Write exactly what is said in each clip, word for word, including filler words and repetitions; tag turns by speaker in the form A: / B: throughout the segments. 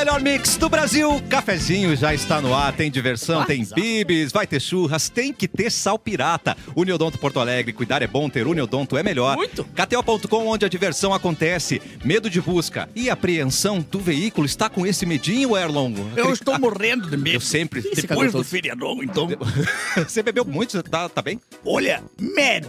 A: melhor mix do Brasil. Cafezinho já está no ar, tem diversão, Nossa. tem bibis, vai ter churras, tem que ter sal pirata. Uniodonto Porto Alegre, cuidar é bom, ter Uniodonto é melhor.
B: Muito.
A: K T O ponto com, onde a diversão acontece. Medo de busca e apreensão do veículo. Está com esse medinho, Erlon?
C: Eu estou morrendo de medo.
A: Eu sempre...
C: Depois do feriadão, então...
A: Você bebeu muito, você tá, tá bem?
C: Olha, médio.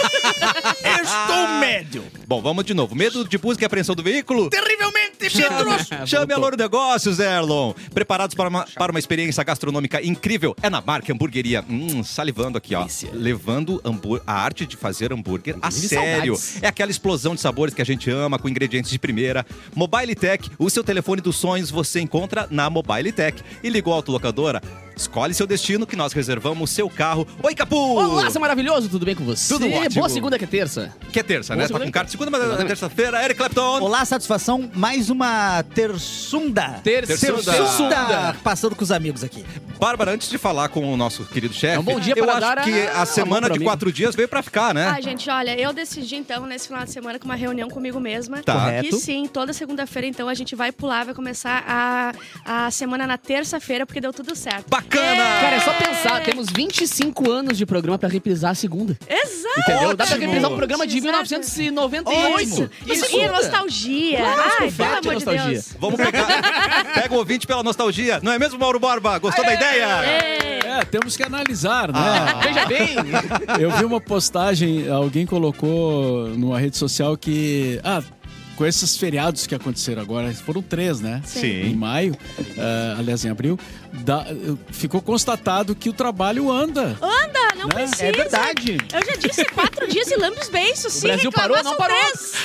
C: Eu estou médio.
A: Bom, vamos de novo. Medo de busca e apreensão do veículo?
C: Terrivelmente medroso.
A: Chame a Louro Negócios, Erlon. Preparados para uma, para uma experiência gastronômica incrível? É na marca Hamburgueria. Hum, salivando aqui, ó. Delícia. Levando hambur- a arte de fazer hambúrguer a sério. Saudades. É aquela explosão de sabores que a gente ama, com ingredientes de primeira. Mobile Tech, o seu telefone dos sonhos você encontra na Mobile Tech. E ligou a autolocadora? Escolhe seu destino que nós reservamos seu carro. Oi, Capu!
B: Olá, seu maravilhoso, tudo bem com você?
A: Tudo ótimo.
B: Boa segunda que é terça.
A: Que é terça,
B: Boa
A: né? Tá com carta de segunda, mas é terça-feira. Eric Clapton.
D: Olá, satisfação. Mais uma tersunda.
B: Tersunda.
D: Tersunda. Passando com os amigos aqui.
A: Bárbara, antes de falar com o nosso querido chefe,
B: é um bom dia
A: eu
B: para
A: acho
B: dar
A: que a, a semana de quatro dias veio pra ficar, né?
E: Ah, gente, olha, eu decidi então, nesse final de semana, com uma reunião comigo mesma.
A: Tá.
D: Correto.
E: E sim, toda segunda-feira, então, a gente vai pular, vai começar a, a semana na terça-feira, porque deu tudo certo.
A: Bacana!
B: Cara, é só pensar, temos vinte e cinco anos de programa pra reprisar a segunda.
E: Exato!
B: Entendeu? Dá pra
A: Ótimo.
B: reprisar um programa de mil novecentos e noventa e oito.
E: Isso, isso. E nostalgia.
B: Claro,
E: Ai, pelo
B: fete
E: amor de
B: nostalgia.
E: Deus.
A: Vamos pegar. Pega o ouvinte pela nostalgia. Não é mesmo, Mauro Borba? Gostou da ideia?
F: É, temos que analisar, né?
A: Ah.
B: Veja bem.
F: Eu vi uma postagem, alguém colocou numa rede social que... Ah, com esses feriados que aconteceram agora, foram três, né?
A: Sim.
F: Em maio, uh, aliás, em abril, da, ficou constatado que o trabalho anda.
E: Anda, não
F: Né?
E: precisa.
D: É verdade.
E: Eu já disse quatro dias e lambe os beiços. Se
B: Brasil
E: reclamar,
B: parou, não
E: são
B: parou.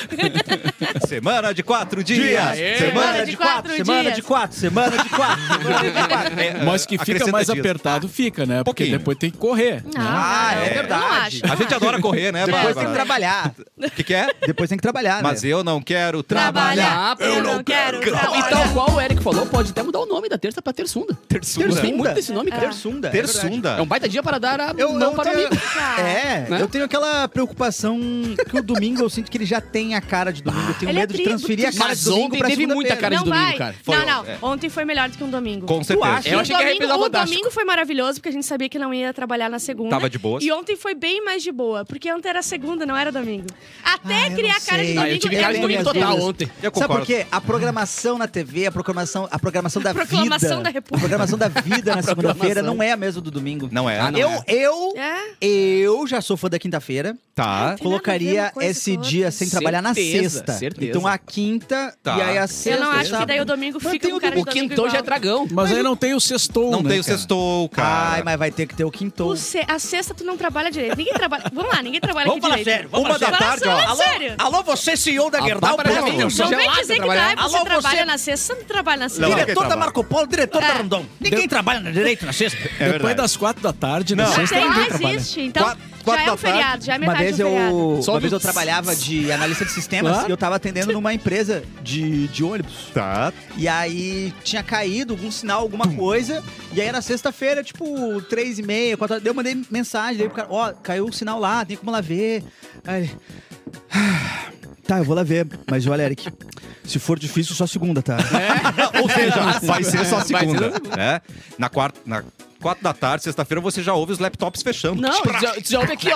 E: três.
A: Semana de quatro dias.
D: Dias.
E: Semana de quatro
D: Semana
E: dias.
D: de quatro. Semana de quatro. Semana de quatro.
A: É,
F: Mas que fica
A: acrescenta
F: mais
A: dias.
F: apertado, fica, né? Porque
A: Pouquinho.
F: depois tem que correr.
E: Não,
D: Ah,
E: não,
D: é
E: eu
D: verdade.
E: não acho,
A: A
E: não
A: gente
E: acho.
A: adora correr, né,
D: Depois tem que
A: Bárbara?
D: trabalhar.
A: O que, que é?
D: Depois tem que trabalhar,
A: Mas
D: né?
A: eu não quero
E: Trabalhar.
A: trabalhar.
E: Eu não quero
B: E
E: trabalhar.
B: tal qual o Eric falou, pode até mudar o nome da terça pra Tersunda.
A: Tersunda.
B: Gostei muito desse nome, cara.
D: Tersunda.
A: Tersunda.
B: É um baita dia para dar a
D: Eu,
B: mão
D: eu
B: para o
D: tenho,
B: amigo.
D: é,
B: Né?
D: eu tenho aquela preocupação que o domingo eu sinto que ele já tem a cara de domingo. Eu tenho
E: Ele é
D: medo de
E: tri-
D: transferir a cara
B: Mas
D: de domingo
B: ontem
D: pra
B: teve muita
D: segunda-feira.
B: cara de
E: Não
B: domingo,
E: vai.
B: cara.
A: Foi,
E: não, não.
A: é.
E: Ontem foi melhor do que um domingo.
A: Com certeza.
D: acha?
B: Eu
E: O
B: achei que ia
E: domingo,
B: reprisar
E: o
B: Fodástico.
E: domingo foi maravilhoso, porque a gente sabia que não ia trabalhar na segunda.
A: Tava de boas.
E: E ontem foi bem mais de boa, porque ontem era segunda, não era domingo. Até
D: Ah, eu
E: criar
D: não
E: cara de
D: sei.
E: domingo
B: Ah, eu tive
E: é
B: cara de
E: muito
B: domingo total
E: tempo.
B: ontem.
A: Eu
D: Sabe
A: concordo.
D: por quê? A programação na T V, a programação, a programação da
E: Proclamação
D: vida.
E: da República.
D: A programação da vida na segunda-feira
B: Programação.
D: não é a mesma do domingo.
A: Não é.
B: Ah, não
D: eu,
B: é.
D: eu,
E: É?
D: eu já sou fã da quinta-feira.
A: Tá.
E: Tem nada a ver
D: Colocaria
E: uma coisa
D: esse
E: com a
D: dia
E: outra.
D: sem trabalhar na
B: Certeza,
D: sexta.
B: certeza.
D: Então a quinta
A: Tá.
D: e aí a
E: Eu
D: sexta.
E: não acho que
D: sábado.
E: daí o domingo
D: Mas
E: fica
D: tem
E: com
D: o
E: cara de
B: O
E: domingo
B: quintou
E: igual.
B: já é dragão.
F: Mas aí não tem o sextou,
A: Não
F: né,
A: tem o
F: cara?
A: sextou, cara.
D: Ai, mas vai ter que ter o quintou.
E: O se- A sexta tu não trabalha direito. Ninguém trabalha... Vamos lá, ninguém trabalha
D: Vamos
E: aqui
D: falar
E: direito.
D: sério, vamos
A: Uma da
E: Fala
A: tarde, ó.
E: sério,
D: Alô,
E: sério.
D: alô, você, C E O da
B: A
D: Gerdau,
B: Bárbara já
D: por
B: vem
D: favor.
B: no
E: Não
B: gelado
E: vem
B: pra
E: dizer que
B: trabalhar.
E: dá, você
D: Alô,
E: trabalha
D: você-
E: na sexta, você não trabalha na
A: Não,
E: sexta.
A: ninguém
D: Diretor da
A: trabalha.
D: Marco Polo, diretor da
E: É.
D: Rondon. Ninguém trabalha na direito na sexta.
A: É
F: Depois
A: verdade.
F: das quatro da tarde,
A: Não.
F: na
E: Já
F: sexta
E: tem,
F: ninguém
E: não
F: trabalha.
E: existe. Então,
A: Quatro- quatro
E: já é
A: da
E: um feriado, já é
D: Uma
E: metade
D: vez,
E: do feriado.
D: eu,
B: Só
D: uma
B: o
D: vez eu
B: do-
D: trabalhava de analista de sistemas
F: Claro.
D: e eu tava atendendo numa empresa de, de ônibus.
A: Tá.
D: E aí tinha caído algum sinal, alguma coisa. E aí era sexta-feira, tipo, três e meia, quatro horas. Daí eu mandei mensagem, daí pro cara, ó, caiu o sinal lá, tem como lá ver. Aí ele, "Ah, tá, eu vou lá ver. Mas olha, Eric, se for difícil, só segunda, tá?
A: Ou seja, vai ser só
B: Vai ser
A: segunda.
B: só
A: né? Na quarta, na quatro da tarde, sexta-feira, você já ouve os laptops fechando.
B: Não, já, já ouve aqui, ó.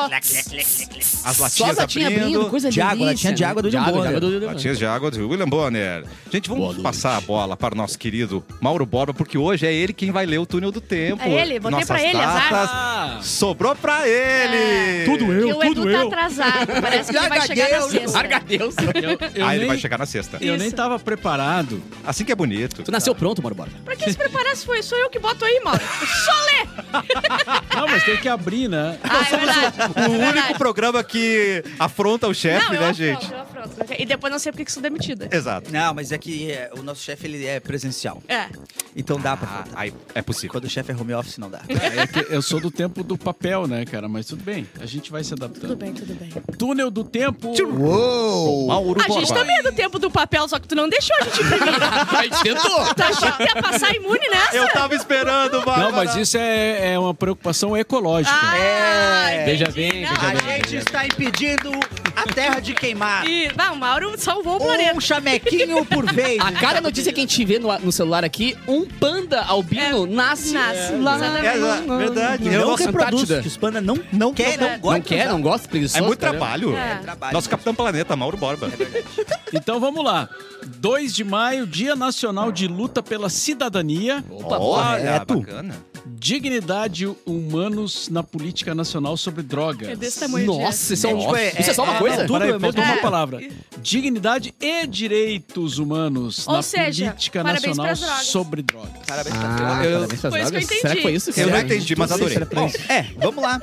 A: As
B: Só
A: latinhas
B: as latinhas abrindo,
A: abrindo.
B: coisa
D: De água,
B: delícia,
D: latinha de
B: né?
D: água do
B: De
D: William
B: água, de
D: Bonner.
B: água do William Bonner.
A: Latinhas de água do William Bonner. Gente, vamos
B: Boa noite.
A: passar a bola para o nosso querido Mauro Borba, porque hoje é ele quem vai ler o túnel do tempo.
E: É ele, botei
A: Nossas
E: pra ele, azar.
A: datas. Sobrou pra ele!
E: É.
F: Tudo eu,
E: Que o Edu
F: tudo
E: tá
F: eu.
E: atrasado. Parece que ele vai chegar na sexta.
B: Larga Deus.
F: Eu
A: ah, ele
F: nem-
A: vai chegar na sexta.
F: Eu nem
E: Isso.
F: tava preparado.
A: Assim que é bonito.
B: Tu nasceu pronto, Mauro Borba.
E: Pra que se preparar se foi? Sou eu que boto aí, Mauro. Só lê!
F: Não, mas tem que abrir, né?
E: Ah, é verdade.
A: O
E: É
A: único
E: verdade.
A: programa que afronta o chefe,
E: Não, eu
A: né,
E: afronto,
A: gente?
E: eu afronto. E depois não sei porque que sou demitida.
A: Exato.
D: Não, mas é que é, o nosso chefe, ele é presencial.
E: É.
D: Então dá pra
A: Ah,
D: faltar.
A: aí é possível.
D: Quando o chefe é home office, não dá.
F: É que eu sou do tempo do papel, né, cara? Mas tudo bem, a gente vai se adaptando.
E: Tudo bem, tudo bem.
F: Túnel do tempo.
D: Uou!
A: Mauro
E: A gente
A: Borba.
E: também é do tempo do papel, só que tu não deixou a gente imprimir.
B: A gente tentou.
E: Tu achou que ia passar imune nessa?
A: Eu tava esperando, Bárbara.
F: Não, mas isso é, é uma preocupação ecológica.
E: Ah,
D: É.
E: entendi.
B: Veja bem,
E: Não,
B: veja
D: A
B: bem.
D: gente está impedindo a terra de queimar.
E: E, ah, o Mauro salvou o planeta.
D: Um chamequinho por vez.
B: A cada notícia que a gente vê no, no celular aqui, um panda albino
E: É,
B: nasce,
E: nasce,
B: lá
E: exatamente.
A: É, verdade.
D: E
A: Eu
D: não
A: gosto-
D: reproduz,
B: Antártida.
D: que os pandas não, não quer, não,
E: Não
D: gosta.
B: Não quer, não gosta, preguiçoso.
A: É muito
B: caramba.
A: trabalho.
E: É.
D: Trabalho.
A: Nosso Capitão Planeta, Mauro Borba.
F: Então vamos lá. dois de maio, Dia Nacional de Luta pela Cidadania.
B: Opa,
A: Olha,
D: correto.
A: bacana.
F: Dignidade Humanos na Política Nacional sobre Drogas.
E: É desse tamanho de
B: Nossa, isso é, um-
D: É, tipo, é-
B: isso é só uma
D: é-
B: coisa?
D: é tudo
F: Peraí,
D: é
F: faltou
E: mesmo.
F: uma
E: É.
F: palavra. Dignidade e direitos humanos
E: Ou
F: na
E: seja,
F: política
E: parabéns
F: nacional
E: pras drogas.
F: sobre drogas.
D: Parabéns pra
B: Ah,
D: você.
B: parabéns pras
E: Foi isso que eu
B: drogas.
E: entendi.
B: Será que foi isso?
A: Eu não
B: Será?
A: entendi, mas adorei.
D: Bom, é, vamos lá.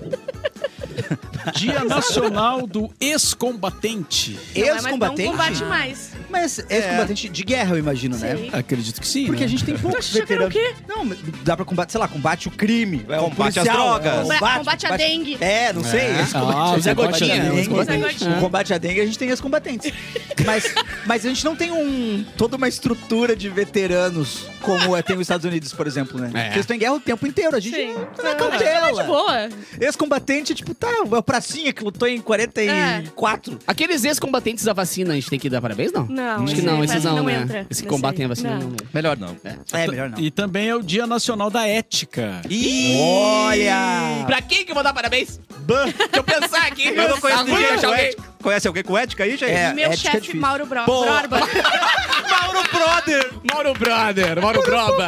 F: Dia Nacional do Ex-Combatente.
E: Não é mais-
D: Ex-combatente?
E: Não combate mais.
D: Mas ex-combatente de guerra, eu imagino, né?
E: Sim.
F: Acredito que sim,
D: Porque
F: né?
D: a gente tem poucos
E: achou que era o
D: veteranos. Não, dá pra combater, sei lá, combate o crime. É um
A: Combate as
D: policial,
A: drogas.
D: é um
E: Comba- combate a dengue.
D: É, não sei.
F: É.
D: esse
F: Ah,
D: combate-
F: o Zé Gotinha,
D: a dengue.
F: os
E: combatentes.
D: O combate à dengue a gente tem ex-combatentes. mas, mas a gente não tem um, toda uma estrutura de veteranos como é, tem os Estados Unidos, por exemplo, né?
B: É.
D: Porque eles estão em guerra o tempo inteiro. A gente
E: Sim.
D: tá na
E: É.
D: cautela.
E: De boa.
D: Ex-combatente, tipo, tá, é o pracinha que lutou em quarenta e quatro.
B: Aqueles ex-combatentes da vacina, a gente tem que dar parabéns, não?
E: Não,
B: Acho que
E: esse
B: não,
E: aí
B: esses
E: parece que
B: não,
E: não
B: né?
E: entra
B: Esse que
E: nesse
B: combatem
E: aí.
B: a vacina,
E: Não.
B: não.
A: Melhor não.
D: É, melhor não.
F: E também é o Dia Nacional da Ética.
D: Olha!
B: Pra quem que eu vou dar parabéns? Deixa eu pensar aqui.
A: Eu não conheço
B: Alguém
A: ninguém
B: acha
A: com
B: alguém?
A: ética. Conhece alguém com ética aí, gente?
D: É.
E: Meu
D: ética é
E: chefe,
D: difícil.
E: Mauro Bro
A: Boa.
E: Brorba.
A: Mauro Brother!
B: Mauro Brother, Mauro Broba.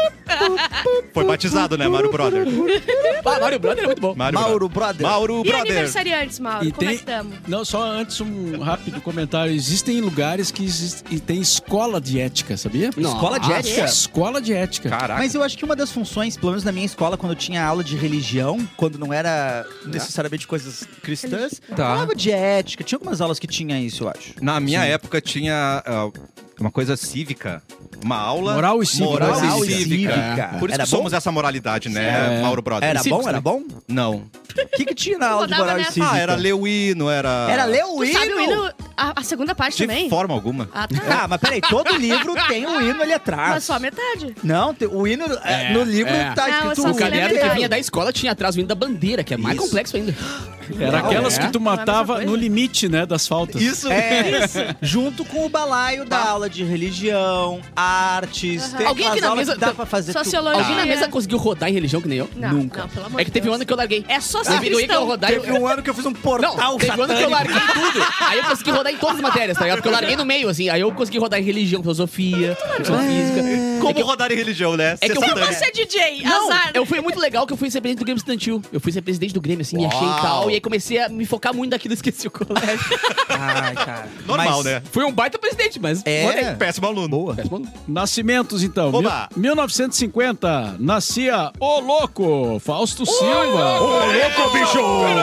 A: Foi batizado, né, Mauro Brother?
B: Ah, Mauro Brother é muito bom.
D: Mauro Brother.
A: Mauro
E: E
A: Brother.
E: aniversariantes, Mauro?
F: E
E: Como é
F: tem-
E: que tamo?
F: Não, só antes um rápido comentário. Existem lugares que existe, e tem escola de ética, sabia?
B: Nossa.
D: Escola de ética?
F: Escola de ética.
A: Caraca.
D: Mas eu acho que uma das funções, pelo menos na minha escola, quando eu tinha aula de religião, quando não era necessariamente coisas cristãs,
A: Tá.
D: falava de ética. Tinha algumas aulas que tinha isso, eu acho.
A: Na minha época tinha ah, uma coisa cívica. Uma aula.
F: Moral e cívica.
A: Moral,
D: Moral
A: e
D: e
A: cívica.
D: cívica.
A: Por isso
D: Era
A: que somos
D: bom?
A: essa moralidade, né,
F: É.
A: Mauro Brother?
D: Era
B: cívicos
D: bom? Era bom?
A: Não.
D: O que, que tinha na aula de
E: Rodava
D: moral e
E: nessa.
D: cívica?
A: Ah, era ler o hino, era...
D: Era ler o
E: Tu sabe o
D: hino?
E: hino, a, a segunda parte
A: De
E: também?
A: forma alguma.
E: Ah, tá.
D: Ah, mas peraí, todo livro tem um hino ali atrás.
E: Mas só metade.
D: Não, tem- o hino é, no livro
B: é.
D: tá
E: Não,
D: escrito
E: eu só
D: o
B: O
E: sei
D: caderno
B: caderno
E: lembrar.
B: que vinha da escola tinha atrás o hino da bandeira, que é mais
D: Isso.
B: complexo ainda.
F: Era
D: Não,
F: aquelas
B: é.
F: que tu
E: Não é a
F: matava
E: mesma
F: no
E: coisa?
F: limite, né, das faltas.
A: Isso.
D: É, junto com o balaio da aula de religião, artes.
E: Aham.
D: Tem
B: Alguém aqui
D: aquelas
B: na
D: aulas
B: mesa
D: que dá
B: tá-
D: pra fazer tudo.
E: Sociologia.
B: Alguém na mesa conseguiu rodar em religião que nem eu?
E: Não,
B: Nunca.
E: não, pelo amor
B: É que
E: de
B: teve um
E: Deus.
B: ano que eu larguei.
E: É só
B: Teve um ano que eu
E: cristão.
B: rodar e eu...
D: Teve um ano que eu fiz um portal
B: Não, teve um ano que eu
D: satânico.
B: larguei tudo. Aí eu consegui rodar em todas as matérias, tá ligado? Porque eu larguei no meio, assim. Aí eu consegui rodar em religião, filosofia, educação física.
A: Como rodar em religião, né?
B: É que eu
A: Ser
B: fui-
A: satânico.
E: Você é D J,
B: Não,
E: azar.
B: eu fui muito legal que eu fui ser presidente do Grêmio Estudantil. Eu fui ser presidente do Grêmio, assim, me achei e
A: Uau.
B: tal. E aí comecei a me focar muito naquilo, esqueci o colégio.
D: Ai, cara.
A: Normal,
D: Mas-
A: né?
B: Fui um baita presidente, mas...
D: É.
B: rodei.
A: Péssimo aluno.
D: Boa.
B: Péssimo aluno.
F: Nascimentos, então.
A: Oba.
F: Mil- mil novecentos e cinquenta, nascia o louco, Fausto Silva.
A: Ô, louco, bicho!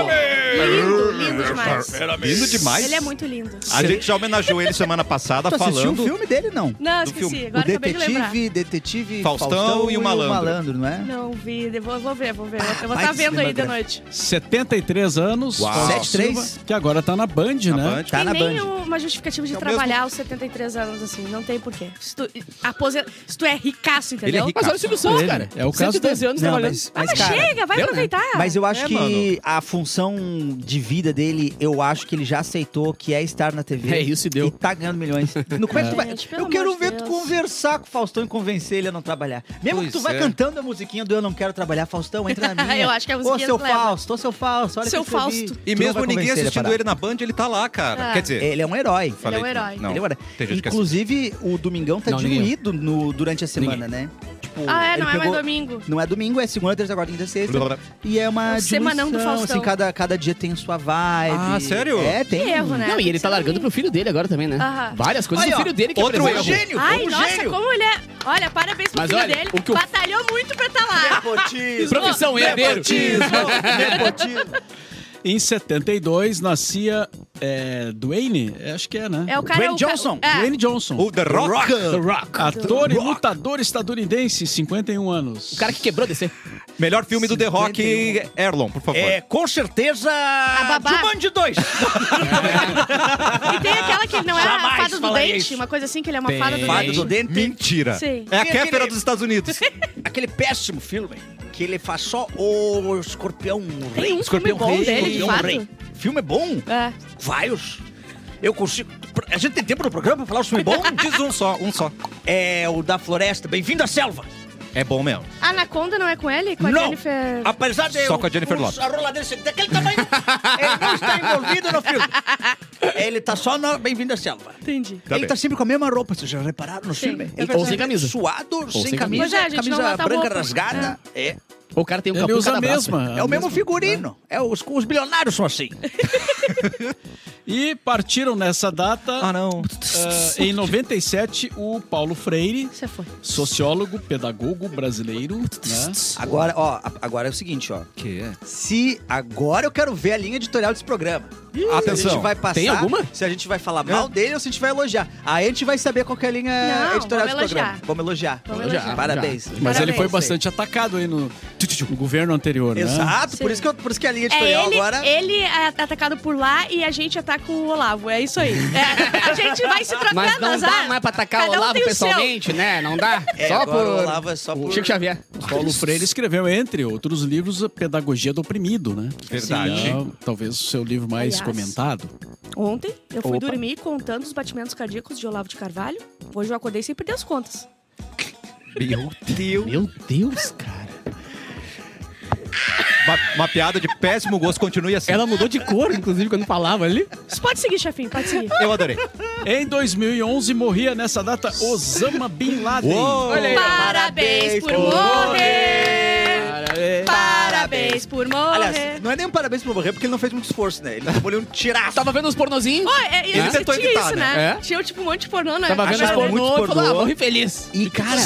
E: Lindo, lindo demais.
A: Lindo demais.
E: Ele é muito lindo.
A: A gente já homenageou ele semana passada
D: Tu assistiu
A: falando...
D: o filme dele, não?
E: Não,
A: Do
E: esqueci.
A: filme.
E: Agora
D: o
E: acabei de lembrar.
D: detetive, detetive
A: Faustão
D: Faustão,
A: e o Malandro.
D: Malandro, não é?
E: Não vi, eu vou, vou ver, vou ver. Eu vou
D: vai
E: estar
D: que
E: vendo aí de
D: cinema
E: noite.
F: setenta e três anos.
A: Uau.
F: Fausto
D: setenta e três?
F: Silva, que agora tá na Band,
A: Na
F: né?
A: Band.
D: Tá
E: tem
D: na
E: nem
D: Band.
E: uma justificativa de
A: É o
E: trabalhar aos setenta e três anos, assim. Não tem porquê. Se tu, aposen... Se tu é ricaço, entendeu?
A: Ele é
B: Mas olha o Silvio Santos,
F: Ele.
B: cara.
F: É o caso
B: cento e doze
F: dele.
B: anos
D: Não,
B: trabalhando.
D: mas,
E: Ah,
D: mas,
E: mas
D: cara,
E: chega, vai
B: deu, né?
E: aproveitar.
D: Mas eu acho
A: É,
D: que
A: mano.
D: a função de vida dele, eu acho que ele já aceitou que é estar na T V.
B: É, isso deu.
D: E tá ganhando milhões. No, como é que tu vai...
E: Gente, pelo
D: Eu quero
E: amor de
D: ver tu
E: Deus.
D: conversar com o Faustão e convencer ele a não trabalhar. Mesmo
A: Pois
D: que tu vai
A: é.
D: cantando a musiquinha do Eu Não Quero Trabalhar, Faustão, entra na minha.
E: Eu acho que a
D: Ô,
E: musiquinha
D: seu
E: leva.
D: Fausto, ô, seu Fausto, olha
E: Seu
D: que eu escrevi.
E: Fausto.
A: E
D: Tu não
A: mesmo
D: vai
A: ninguém
D: convencer
A: assistindo
D: a
A: ele na Band, ele tá lá, cara.
E: Ah.
A: Quer dizer...
D: parar. Ele é um herói.
A: falei-
E: Ele é um herói.
A: Não,
D: Ele é um herói.
A: tem gente que assiste.
D: Inclusive, o Domingão tá
B: Não, ninguém.
D: diluído no, durante a semana, né? Tipo,
E: Ah, é?
D: ele
E: Não é mais
D: pegou-
E: domingo.
D: Não é domingo, é segunda, terça, quarta, quinta, sexta.
A: Blá, blá, blá.
D: E é uma
E: O semanão do
D: diluição,
E: Faustão.
D: assim, cada, cada dia tem sua vibe.
A: Ah, sério?
D: É, tem.
E: Que erro, né?
B: Não, e ele tá
E: Isso
B: largando
E: aí.
B: pro filho dele agora também, né?
E: Aham.
B: Várias coisas
D: Aí,
B: do
D: ó,
B: filho dele que
A: outro
B: apresentam.
A: erro.
D: Gênio,
E: Ai,
D: um
E: nossa,
D: gênio.
E: como ele é... Olha, parabéns pro
B: Mas
E: filho
B: olha,
E: dele.
B: o que o-
E: Batalhou muito pra estar lá.
D: Nepotismo.
B: Profissão, herdeiro.
D: Nepotismo.
F: Em setenta e dois, nascia é, Dwayne, é, acho que é, né?
E: É o cara...
D: Dwayne
E: o ca-
D: Johnson.
E: É.
F: Dwayne Johnson.
A: O The Rock.
F: The Rock. Ator e lutador estadunidense, cinquenta e um anos.
B: O cara que quebrou D C.
A: Melhor filme do The Rock, Erlon, por favor.
D: É, com certeza. A
E: babá.
D: Jumanji dois.
E: E tem aquela que ele não é a
D: Jamais
E: fada do
D: falaria
E: dente,
D: isso.
E: uma coisa assim, que ele é uma
B: Tem.
E: fada do
D: Fada
E: dente.
D: do dente.
A: Mentira.
E: Sim.
A: É a
D: Tem
A: Kéfera
D: aquele-
A: dos Estados Unidos.
D: Aquele péssimo filme que ele faz só o escorpião
E: Tem
D: rei.
E: um filme
D: escorpião
E: bom
D: rei,
E: dele, de
D: escorpião
E: fato.
D: rei. Filme é bom?
E: É.
D: Vários.
C: Eu consigo... A gente tem tempo no programa pra falar o filme bom?
A: Diz um só, um só.
C: É o da floresta. Bem-vindo à selva.
A: É bom mesmo.
E: Anaconda não é com ele? Com a
C: Não.
E: Jennifer...
C: Apesar de...
A: Só
C: o-
A: com a Jennifer
C: os-
A: Lopez.
C: A rola dele ser daquele tamanho, ele não está envolvido no filme. Ele tá só no Bem-vindo à selva.
E: Entendi.
A: Tá
C: ele
A: bem.
C: tá sempre com a mesma roupa, vocês já repararam no
E: Sim.
C: filme?
E: É
C: Ele tá
B: Ou sem
C: sempre
B: camisa.
C: Suado, sem
B: sem
C: camisa,
E: camisa. Pois é, a gente não
C: camisa
E: bota
C: branca
E: roupa.
C: rasgada. É.
B: O cara tem um
F: Ele
B: capuz
F: usa a
B: cada braço.
F: mesma.
C: É o
F: a
C: mesmo
F: mesma-
C: figurino. É, os, os bilionários são assim.
F: E partiram nessa data.
A: Ah, não.
F: ah, em noventa e sete, o Paulo Freire,
E: Você foi.
F: sociólogo, pedagogo brasileiro, né?
D: Agora, ó, a- agora é o seguinte, ó.
A: Que é?
D: Se agora eu quero ver a linha editorial desse programa. Se a
A: Atenção.
D: gente vai passar,
B: Tem alguma?
D: se a gente vai falar mal dele ou se a gente vai elogiar. Aí a gente vai saber qual que é a linha
E: Não,
D: editorial
E: vamos
D: desse programa.
E: elogiar.
D: Vamos elogiar.
E: Vamos
B: Já,
E: elogiar.
D: Parabéns.
F: Mas
E: Parabéns.
F: ele foi bastante atacado aí no, no governo anterior, né?
D: Exato, por
E: Sim.
D: isso, que eu- por isso que a linha
E: É
D: editorial
E: ele,
D: agora...
E: ele é atacado por lá e a gente ataca o Olavo. É isso aí. É, a gente vai se trocando,
B: Mas não
E: azar.
B: dá mais pra atacar o
E: Cada um
B: Olavo
E: tem o seu.
B: pessoalmente, né? Não dá.
D: É,
B: Só
D: agora
B: por...
D: o Olavo é só por...
B: Chico Xavier.
F: Paulo Freire escreveu, entre outros livros, a Pedagogia do Oprimido, né?
A: Verdade.
F: É, talvez o seu livro mais
E: Aliás.
F: comentado.
E: Ontem eu fui
F: Opa.
E: dormir contando os batimentos cardíacos de Olavo de Carvalho. Hoje eu acordei sem perder as contas.
A: Meu Deus.
B: Meu Deus, cara.
A: Uma, uma piada de péssimo gosto, continue assim.
B: Ela mudou de cor, inclusive, quando falava ali.
E: Você pode seguir, chefinho, pode seguir.
A: Eu adorei.
F: Em dois mil e onze, morria nessa data Osama Bin Laden.
A: Uou.
B: Olha aí.
E: Parabéns por morrer! Parabéns por morrer!
D: Aliás, não é nem um parabéns por morrer, porque ele não fez muito esforço, né? Ele tomou ali um tiraço.
B: Tava vendo os pornozinhos.
E: Pô, é,
A: Ele
E: é,
A: tentou
E: tinha
A: evitar,
E: isso,
A: né?
E: né?
B: É.
E: Tinha tipo um monte de pornô, né?
B: Tava vendo os
D: Acharam
B: pornô
D: muito
B: e falou, ah,
D: pornô.
B: morri feliz.
D: E, cara,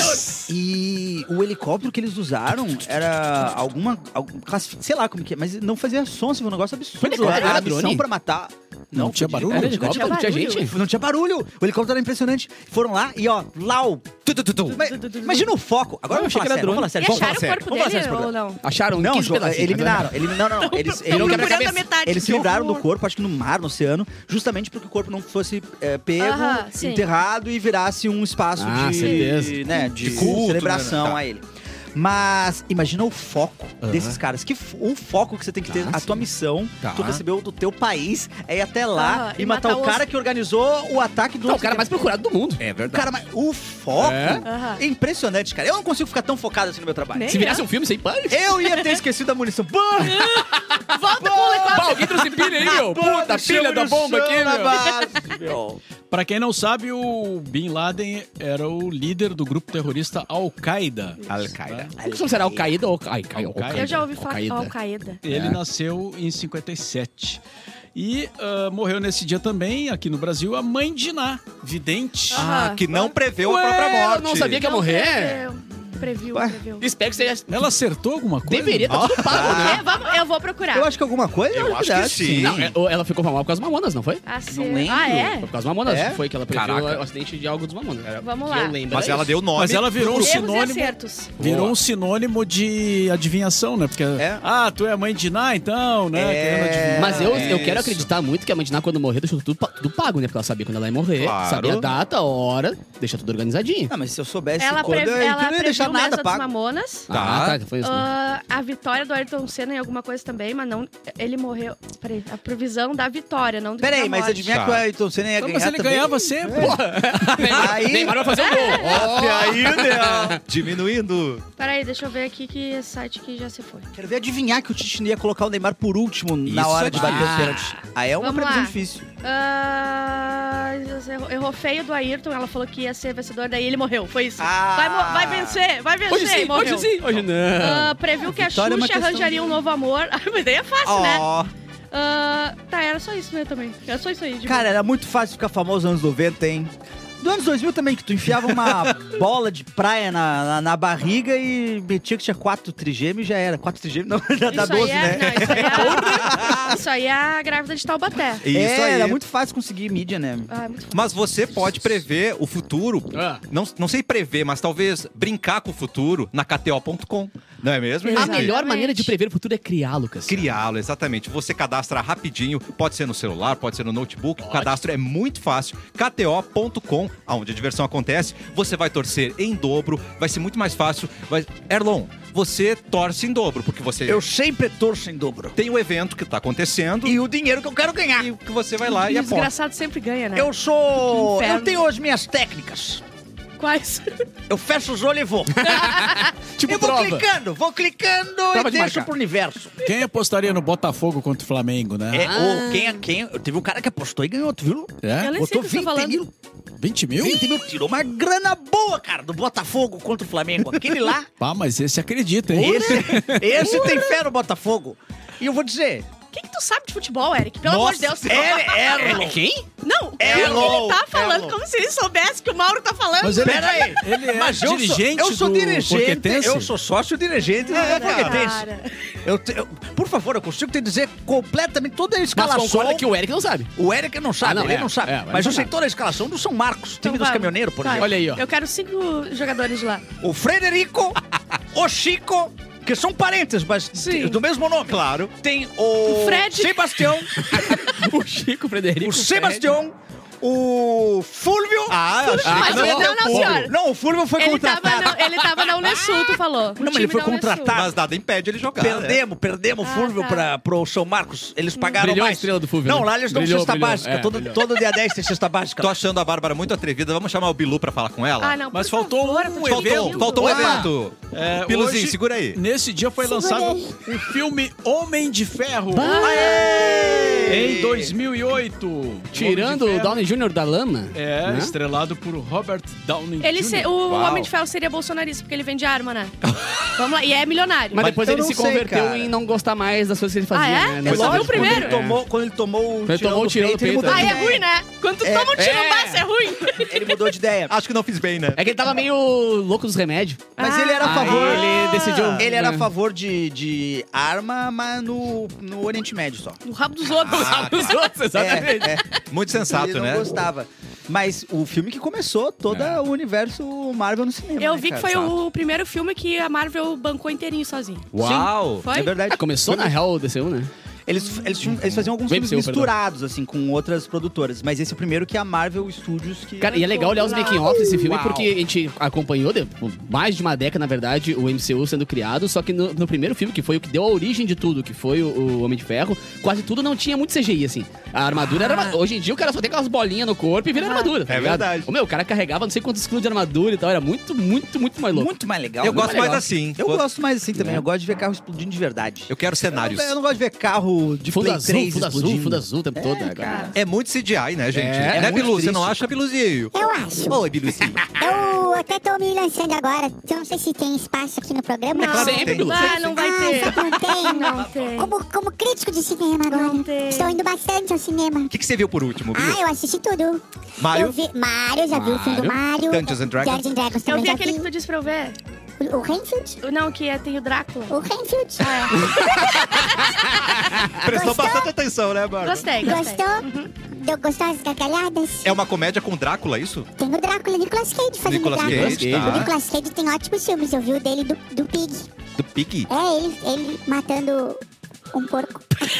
D: e o helicóptero que eles usaram era alguma, algum classifi- sei lá como que é, mas não fazia som, assim, um negócio absurdo.
B: Foi helicóptero,
D: Era
B: era
D: a missão
B: drone?
D: pra matar.
F: Não tinha
D: foi de-
F: barulho?
B: Era
E: Não
B: helicóptero, não tinha
E: tinha
B: gente.
E: barulho.
D: Não tinha barulho. O helicóptero era impressionante. Foram lá e, ó, lau.
A: Tu, tu, tu, tu.
D: Mas, imagina o foco. Agora
B: Eu
D: vamos
B: achei
D: falar
B: que era
D: sério. Vamos falar
E: E
D: sério. Vamos falar
E: acharam o
D: sério.
E: corpo
D: Vamos falar
E: dele
D: sério esse
E: ou
D: programa.
E: não?
B: Acharam
D: Não,
B: quinze
D: Jo-
B: pedacinhos.
D: eliminaram. Elim- Não, não, não. Eles,
E: Tão
D: eles,
E: procurando
B: cabeça.
E: a metade.
D: eles
E: Que
D: se livraram do
E: horror.
D: corpo, acho que no mar, no oceano, justamente para que o corpo não fosse é, pego,
E: Aham, sim.
D: enterrado e virasse um espaço
B: Ah,
D: de,
B: certeza.
D: né, de,
A: De culto,
D: celebração
A: né? Tá.
D: a ele. Mas imagina o foco desses caras. Que f- o foco que você tem que ter,
B: Ah,
D: a tua missão,
A: Tá.
D: tu recebeu do teu país, é ir até lá
E: Aham,
D: e,
E: e
D: matar,
E: matar
D: o
E: os-
D: cara que organizou o ataque do
B: Tá, o
D: outro
B: cara
D: que-
B: mais procurado do mundo.
A: É
D: o
A: verdade.
D: cara mais- o foco
B: É.
E: Aham.
D: é impressionante, cara. Eu não consigo ficar tão focado assim no meu trabalho.
E: Nem
B: Se virasse um filme, sem pane.
D: Eu ia ter esquecido a munição. Bah!
E: Volta com o helicóptero.
B: Pá, alguém trouxe pilha aí, meu. Puta, pilha da bomba aqui,
D: na
B: meu.
D: base, meu.
F: Pra quem não sabe, o Bin Laden era o líder do grupo terrorista Al-Qaeda.
A: Al-Qaeda.
B: O que será Al-Qaeda ou Al-Qaeda?
F: Al-Qaeda.
E: Eu já ouvi falar
B: Al-Qaeda.
E: Al-Qaeda.
F: Ele
B: É.
F: nasceu em cinquenta e sete. E ah, morreu nesse dia também, aqui no Brasil, a mãe de Ná, vidente.
A: Ah,
E: Aham.
A: que não preveu a
B: Ué,
A: própria morte.
B: eu não sabia que ia
E: Não
B: morrer.
E: Previu, previu.
D: Ué.
E: previu.
B: Espero que você
F: Ela acertou alguma coisa?
B: deveria estar tudo pago, né?
E: É, vamos, eu vou procurar.
D: Eu acho que alguma coisa.
A: Eu
D: é
A: acho que
D: verdade.
A: sim.
B: Não, é- ou ela ficou famosa por causa dos Mamonas, não foi?
E: Ah,
D: Não
E: sim.
D: lembro.
E: Ah,
B: Foi
E: é?
B: por causa dos Mamonas.
D: É?
B: Foi que ela previu
A: Caraca.
B: o acidente de algo dos Mamonas. Era-
E: Vamos
B: que
E: lá.
B: eu lembro,
A: Mas
B: era
A: ela
B: isso.
A: deu nome.
F: Mas ela virou um
E: Erros e
F: sinônimo.
E: acertos.
F: Virou um sinônimo de adivinhação, né? Porque,
D: É.
F: ah, tu é a mãe de Ná, então, né?
D: É.
F: Querendo adivinhar.
B: Mas eu, eu quero
A: Isso.
B: acreditar muito que a Mandiná, quando morrer, deixou tudo, pa- tudo pago, né? Porque ela sabia quando ela ia morrer,
A: Claro.
B: sabia a data, a hora, deixa tudo organizadinho.
D: Não, mas se eu soubesse
E: Ela,
D: quando,
E: prev...
D: eu
E: ela
D: não ia deixar
E: previu
D: nada
E: Mesa dos
D: pago.
E: Mamonas.
A: Tá.
B: Ah, tá, foi isso. né?
E: Ah, a vitória do Ayrton Senna em alguma coisa também, mas não. Ele morreu. Peraí, a previsão da vitória, não do
D: Peraí,
E: da
D: mas
E: morte.
D: adivinha
A: Tá.
D: que o Ayrton Senna ia
F: Não,
D: ganhar
F: mas ele
D: também?
F: ganhava sempre.
B: Neymar,
D: Aí-
B: Neymar vai fazer um gol. Ó.
D: Até aí, né?
A: Diminuindo.
E: Peraí, deixa eu ver aqui que esse site aqui já se foi.
D: Quero ver adivinhar que o Tite ia colocar o Neymar por último na
A: Isso
D: hora
A: é
D: de bater
B: difícil.
D: o pênalti. Aí é uma
E: Vamos
D: previsão
E: lá.
D: difícil.
E: Ah, errou, errou feio do Ayrton, ela falou que ia ser vencedor, daí ele morreu. Foi isso.
D: Ah.
E: Vai, mo- vai vencer, vai vencer.
B: Hoje sim,
E: e morreu.
B: hoje sim, hoje não.
E: Ah, previu que a
D: Vitória é uma
E: Xuxa
D: questão
E: arranjaria
D: de-
E: um novo amor. Ah, mas daí é fácil, né?
D: Ó,
E: Ah, tá, era só isso, né, também. Era só isso aí. de
D: cara, era muito fácil ficar famoso nos anos noventa, hein? Do anos dois mil também, que tu enfiava uma bola de praia na, na, na barriga e metia que tinha quatro trigêmeos e já era. Quatro trigêmeos, não, já dá
E: Isso aí
D: doze,
E: é,
D: né?
E: não, isso aí é, isso aí é a grávida de Taubaté.
A: Isso
D: é,
A: aí.
D: era muito fácil conseguir mídia, né?
E: Ah, é muito fácil.
A: Mas você pode prever o futuro.
B: Ah.
A: Não, não sei prever, mas talvez brincar com o futuro na K T O ponto com. Não é mesmo?
B: A
E: Exatamente.
B: melhor maneira de prever o futuro é criar, Lucas.
A: Criá-lo, exatamente. Você cadastra rapidinho, pode ser no celular, pode ser no notebook. O cadastro é muito fácil. K T O ponto com. onde a diversão acontece, você vai torcer em dobro, vai ser muito mais fácil. Vai... Erlon, você torce em dobro, porque você
C: Eu sempre torço em dobro.
A: tem o evento que tá acontecendo
C: E o dinheiro que eu quero ganhar.
A: e que você vai lá
E: E
A: e
E: o
A: aposta.
E: desgraçado sempre ganha, né?
C: Eu sou...
E: Que inferno.
C: Eu tenho as minhas técnicas.
E: Quais?
C: Eu fecho os olhos e vou.
B: Tipo
C: eu vou
B: prova.
C: clicando, vou clicando
B: Prova
C: e
B: de
C: deixo
B: marcar.
C: pro universo.
F: Quem apostaria no Botafogo contra o Flamengo, né?
C: É, ou quem, quem, teve um cara que apostou e ganhou, tu viu?
F: É?
E: Eu nem sei
C: Botou
E: o que você tá
C: vinte
E: falando.
C: mil.
F: vinte mil?
C: vinte mil, tirou uma grana boa, cara, do Botafogo contra o Flamengo. Aquele lá,
F: Pá, mas esse acredita, hein?
C: esse, esse tem fé no Botafogo. E eu vou dizer,
E: O que, que tu sabe de futebol, Eric? Pelo amor de Deus.
C: é Erlon.
B: Quem?
E: Não,
C: Erlon,
E: ele tá falando
C: Erlon.
E: como se ele soubesse que o Mauro tá falando.
F: Mas ele,
C: Pera aí.
F: ele é
C: Mas eu sou,
F: dirigente
C: eu sou
F: do
C: dirigente,
F: Porquetense?
C: eu sou sócio dirigente
E: Ah,
C: do Porquetense.
E: cara.
C: Eu te- eu- Por favor, eu consigo te dizer completamente toda a
B: Mas
C: escalação.
B: concorda que o Eric não sabe.
C: O Eric não sabe,
B: Ah, não,
C: ele
B: é,
C: não sabe.
B: é, mas
C: mas eu
B: não
C: sei
B: sabe.
C: toda a escalação do São Marcos, time
E: Então
C: dos
E: vai.
C: caminhoneiros, por
E: Vai.
C: exemplo.
B: Olha aí, ó.
E: Eu quero cinco jogadores de lá.
C: O Frederico, o Chico, que são parentes, mas
E: Sim.
C: do mesmo nome. Claro. Tem o,
E: O Fred.
C: Sebastião,
B: O Chico, o Frederico.
C: o Sebastião, o Fúlvio.
A: Ah, achei
E: Mas
A: que não ia
E: não,
A: ter
E: não,
A: fogo.
E: senhor.
C: Não, o Fúlvio foi
E: Ele tava,
C: contratado.
E: na, ele tava na Unesul, tu falou.
C: Não, mas ele foi contratado.
A: Mas nada impede ele jogar. né?
C: Perdemos, perdemos o
E: Ah,
C: Fúlvio
E: tá.
C: pra, pro São Marcos. Eles pagaram
B: Brilhou a
C: mais.
B: estrela do Fúlvio,
C: Não,
B: né?
C: lá eles dão
B: Brilhou,
C: cesta
B: brilhou.
C: básica.
B: É,
C: todo,
B: brilhou.
C: todo dia dez tem cesta básica.
A: Tô achando a Bárbara muito atrevida. Vamos chamar o Bilu pra falar com ela?
E: Ah, não,
F: Mas
E: por
F: faltou
E: favor,
F: um
E: eu tô te
A: Faltou,
E: pedindo.
A: faltou um
C: Opa.
A: evento.
F: É,
A: Biluzinho,
F: hoje,
A: segura aí.
F: Nesse dia foi lançado o filme Homem de Ferro.
C: Aê!
F: Em dois mil e oito.
B: Tirando
F: Homem
B: o
F: de Ferro.
B: Downey júnior da lama.
F: É,
B: né?
F: estrelado por Robert Downey
E: Ele
F: júnior
E: se- o
A: Uau.
E: Homem de Ferro seria bolsonarista, porque ele vende arma, né? Vamos lá, e é milionário.
B: Mas depois
C: eu
B: ele
C: não
B: se
C: sei,
B: converteu
C: cara.
B: em não gostar mais das coisas que ele fazia,
E: Ah, é?
B: né?
E: Eu
B: Não
E: só vi
B: gostava
E: o
B: de
E: primeiro.
C: Quando ele tomou, quando ele tomou o
B: Ele tomou o tirão do
C: ele
B: peito,
C: mudou
E: Ah,
C: de
E: é
C: ideia.
E: ruim, né? Quando tu toma um tiro no
C: é.
E: baço, é ruim.
C: Ele mudou de ideia.
A: Acho que não fiz bem, né?
B: É que ele tava meio louco dos remédios.
C: Mas ele era a
B: Aí
C: favor.
B: ele decidiu-
C: Ele era a
B: né?
C: favor de, de arma, mas no, no Oriente Médio só.
E: No rabo dos outros.
B: Os outros, exatamente.
C: É, é.
A: Muito sensato,
C: ele não
A: né?
C: gostava. Mas o filme que começou todo o universo Marvel no cinema.
E: Eu
C: né,
E: vi que
C: cara?
E: foi o primeiro filme que a Marvel bancou inteirinho sozinho.
A: Uau!
E: Foi?
C: É verdade.
B: Começou, na real, o D C U, né?
C: Eles, eles, tinham- eles faziam alguns
B: O
C: filmes
B: M C U,
C: misturados, assim, com outras produtoras. Mas esse é o primeiro que a Marvel Studios que...
B: Cara, e é legal olhar os making-offs desse filme,
C: Uau.
B: porque a gente acompanhou de- por mais de uma década, na verdade, o M C U sendo criado, só que no, no primeiro filme, que foi o que deu a origem de tudo, que foi o, o Homem de Ferro, quase tudo não tinha muito C G I, assim. A armadura era... arma- Hoje em dia o cara só tem aquelas bolinhas no corpo e vira armadura, tá
A: É
B: ligado?
A: verdade.
B: O meu, o cara carregava não sei quantos quilos de armadura e tal, era muito, muito, muito mais louco.
C: Muito mais legal.
A: Eu
C: muito
A: gosto mais
C: legal.
A: assim.
C: Eu gosto mais assim também.
B: É.
C: Eu gosto de ver carro explodindo de verdade.
A: Eu quero cenários.
C: Eu não gosto de ver carro de
B: Fundo
C: Play
B: azul,
C: três
B: fundo azul,
C: explodindo.
B: fundo azul o tempo todo. né,
C: cara.
B: cara?
A: É muito C G I, né, gente?
B: É,
A: né,
C: é muito
A: Bilu? Você não
C: triste.
A: acha, Biluzinho?
G: Eu acho.
A: Oi, Biluzinho.
G: Eu até tô me lançando agora. Eu não sei se tem espaço aqui no programa.
A: claro que
B: Sempre,
A: tem.
B: Bilu.
E: Ah, não vai
G: Ah,
E: ter.
G: só que não tem.
E: Não tem.
G: Como, como crítico de cinema agora.
E: Não tem.
G: Estou indo bastante ao cinema.
A: O que, que você viu por último,
G: Ah,
A: Bilu?
G: eu assisti tudo.
A: Mario?
G: Eu vi Mario, já vi o filme do Mario.
A: Dungeons and Dragons?
G: Dungeons and Dragons
E: Eu
G: também
E: vi
G: já
E: aquele
G: vi.
E: que tu disse pra eu ver.
G: O, o Renfield?
E: Não, que é, tem o Drácula.
G: O Renfield.
E: Ah,
A: Prestou
G: Gostou?
A: bastante atenção, né,
E: é.
A: Bárbara?
E: Gostei, gostei.
G: Gostou? Deu, gostou das gargalhadas?
A: É uma comédia com Drácula, isso?
G: Tem o Drácula, Nicolas Cage fazendo
A: Nicolas
G: Drácula.
A: Cage,
B: Cage,
G: O
A: tá.
G: Nicolas Cage tem ótimos filmes. Eu vi o dele do, do Pig.
A: Do Pig.
G: É, ele, ele matando um porco.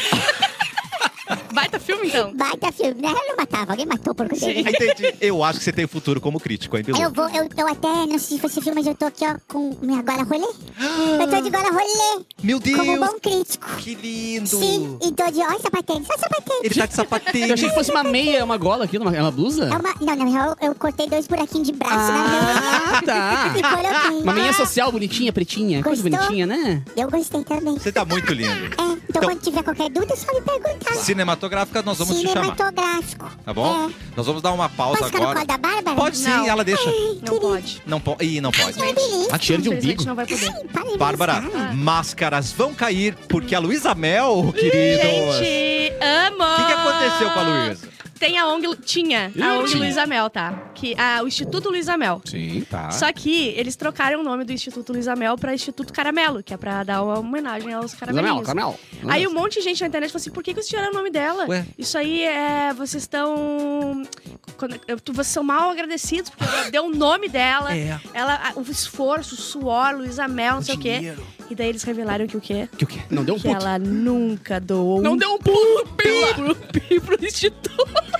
E: Baita filme, então.
G: Baita filme, né? Ele não matava, alguém matou o porco dele.
A: Entendi. Eu acho que você tem futuro como crítico, hein, Bilu?
G: Eu vou, eu, eu até, não sei se você viu, mas eu tô aqui, ó, com minha gola rolê. Eu tô de gola rolê,
A: Meu Deus!
G: como bom crítico.
A: Que lindo!
G: Sim, e tô de, ó, sapatênis, só sapatênis.
A: Ele tá de
B: Eu
A: sapatinho.
B: achei que fosse uma meia, uma gola aqui, uma, uma blusa.
G: É uma, não, na real, eu cortei dois buraquinhos de braço
B: Ah,
G: na
B: tá.
G: minha e coloquei.
B: Uma meia social bonitinha, pretinha. Coisa
G: Gostou?
B: bonitinha, né?
G: Eu gostei também.
A: Você tá muito lindo.
G: É, então,
A: Então-
G: quando tiver qualquer dúvida, é só me perguntar.
A: Cinematográfica, nós vamos te chamar.
G: Cinematográfico.
A: Tá bom?
G: É.
A: Nós vamos dar uma pausa
G: Posso ficar no
A: agora.
G: colo da Bárbara?
A: Pode sim,
E: Não.
A: ela deixa.
E: Não pode.
A: Não pode. Ih, não pode.
G: Ai, beleza.
B: A cheiro de
E: Infelizmente
B: umbigo.
E: não vai poder.
G: Para de
A: Bárbara,
G: pensar.
A: máscaras vão cair porque a Luísa Mel, queridos.
E: Gente, amo!
A: O que, que aconteceu com a Luísa?
E: Tem a ONG... Tinha a ONG
B: tinha.
E: Luísa Mel, tá? Que, a, o Instituto Luísa Mel.
B: Sim.
A: Tá.
E: Só que eles trocaram o nome do Instituto Luísa Mel pra Instituto Caramelo, que é pra dar uma homenagem aos
B: Caramel,
E: caramelinhos.
B: caramel.
E: Aí um monte de gente na internet falou assim, por que, que vocês tiraram o nome dela?
A: Ué?
E: Isso aí é... Vocês estão... quando- eu- Vocês são mal agradecidos, porque ela deu o nome dela.
A: É.
E: Ela, a- o esforço, o suor, Luísa Mel, não sei o quê. E daí eles revelaram que o quê?
B: Que o quê? Não deu um
E: Que
B: puto.
E: ela nunca doou
B: Não
E: um
B: deu um puto, pila.
E: pro, pro Instituto.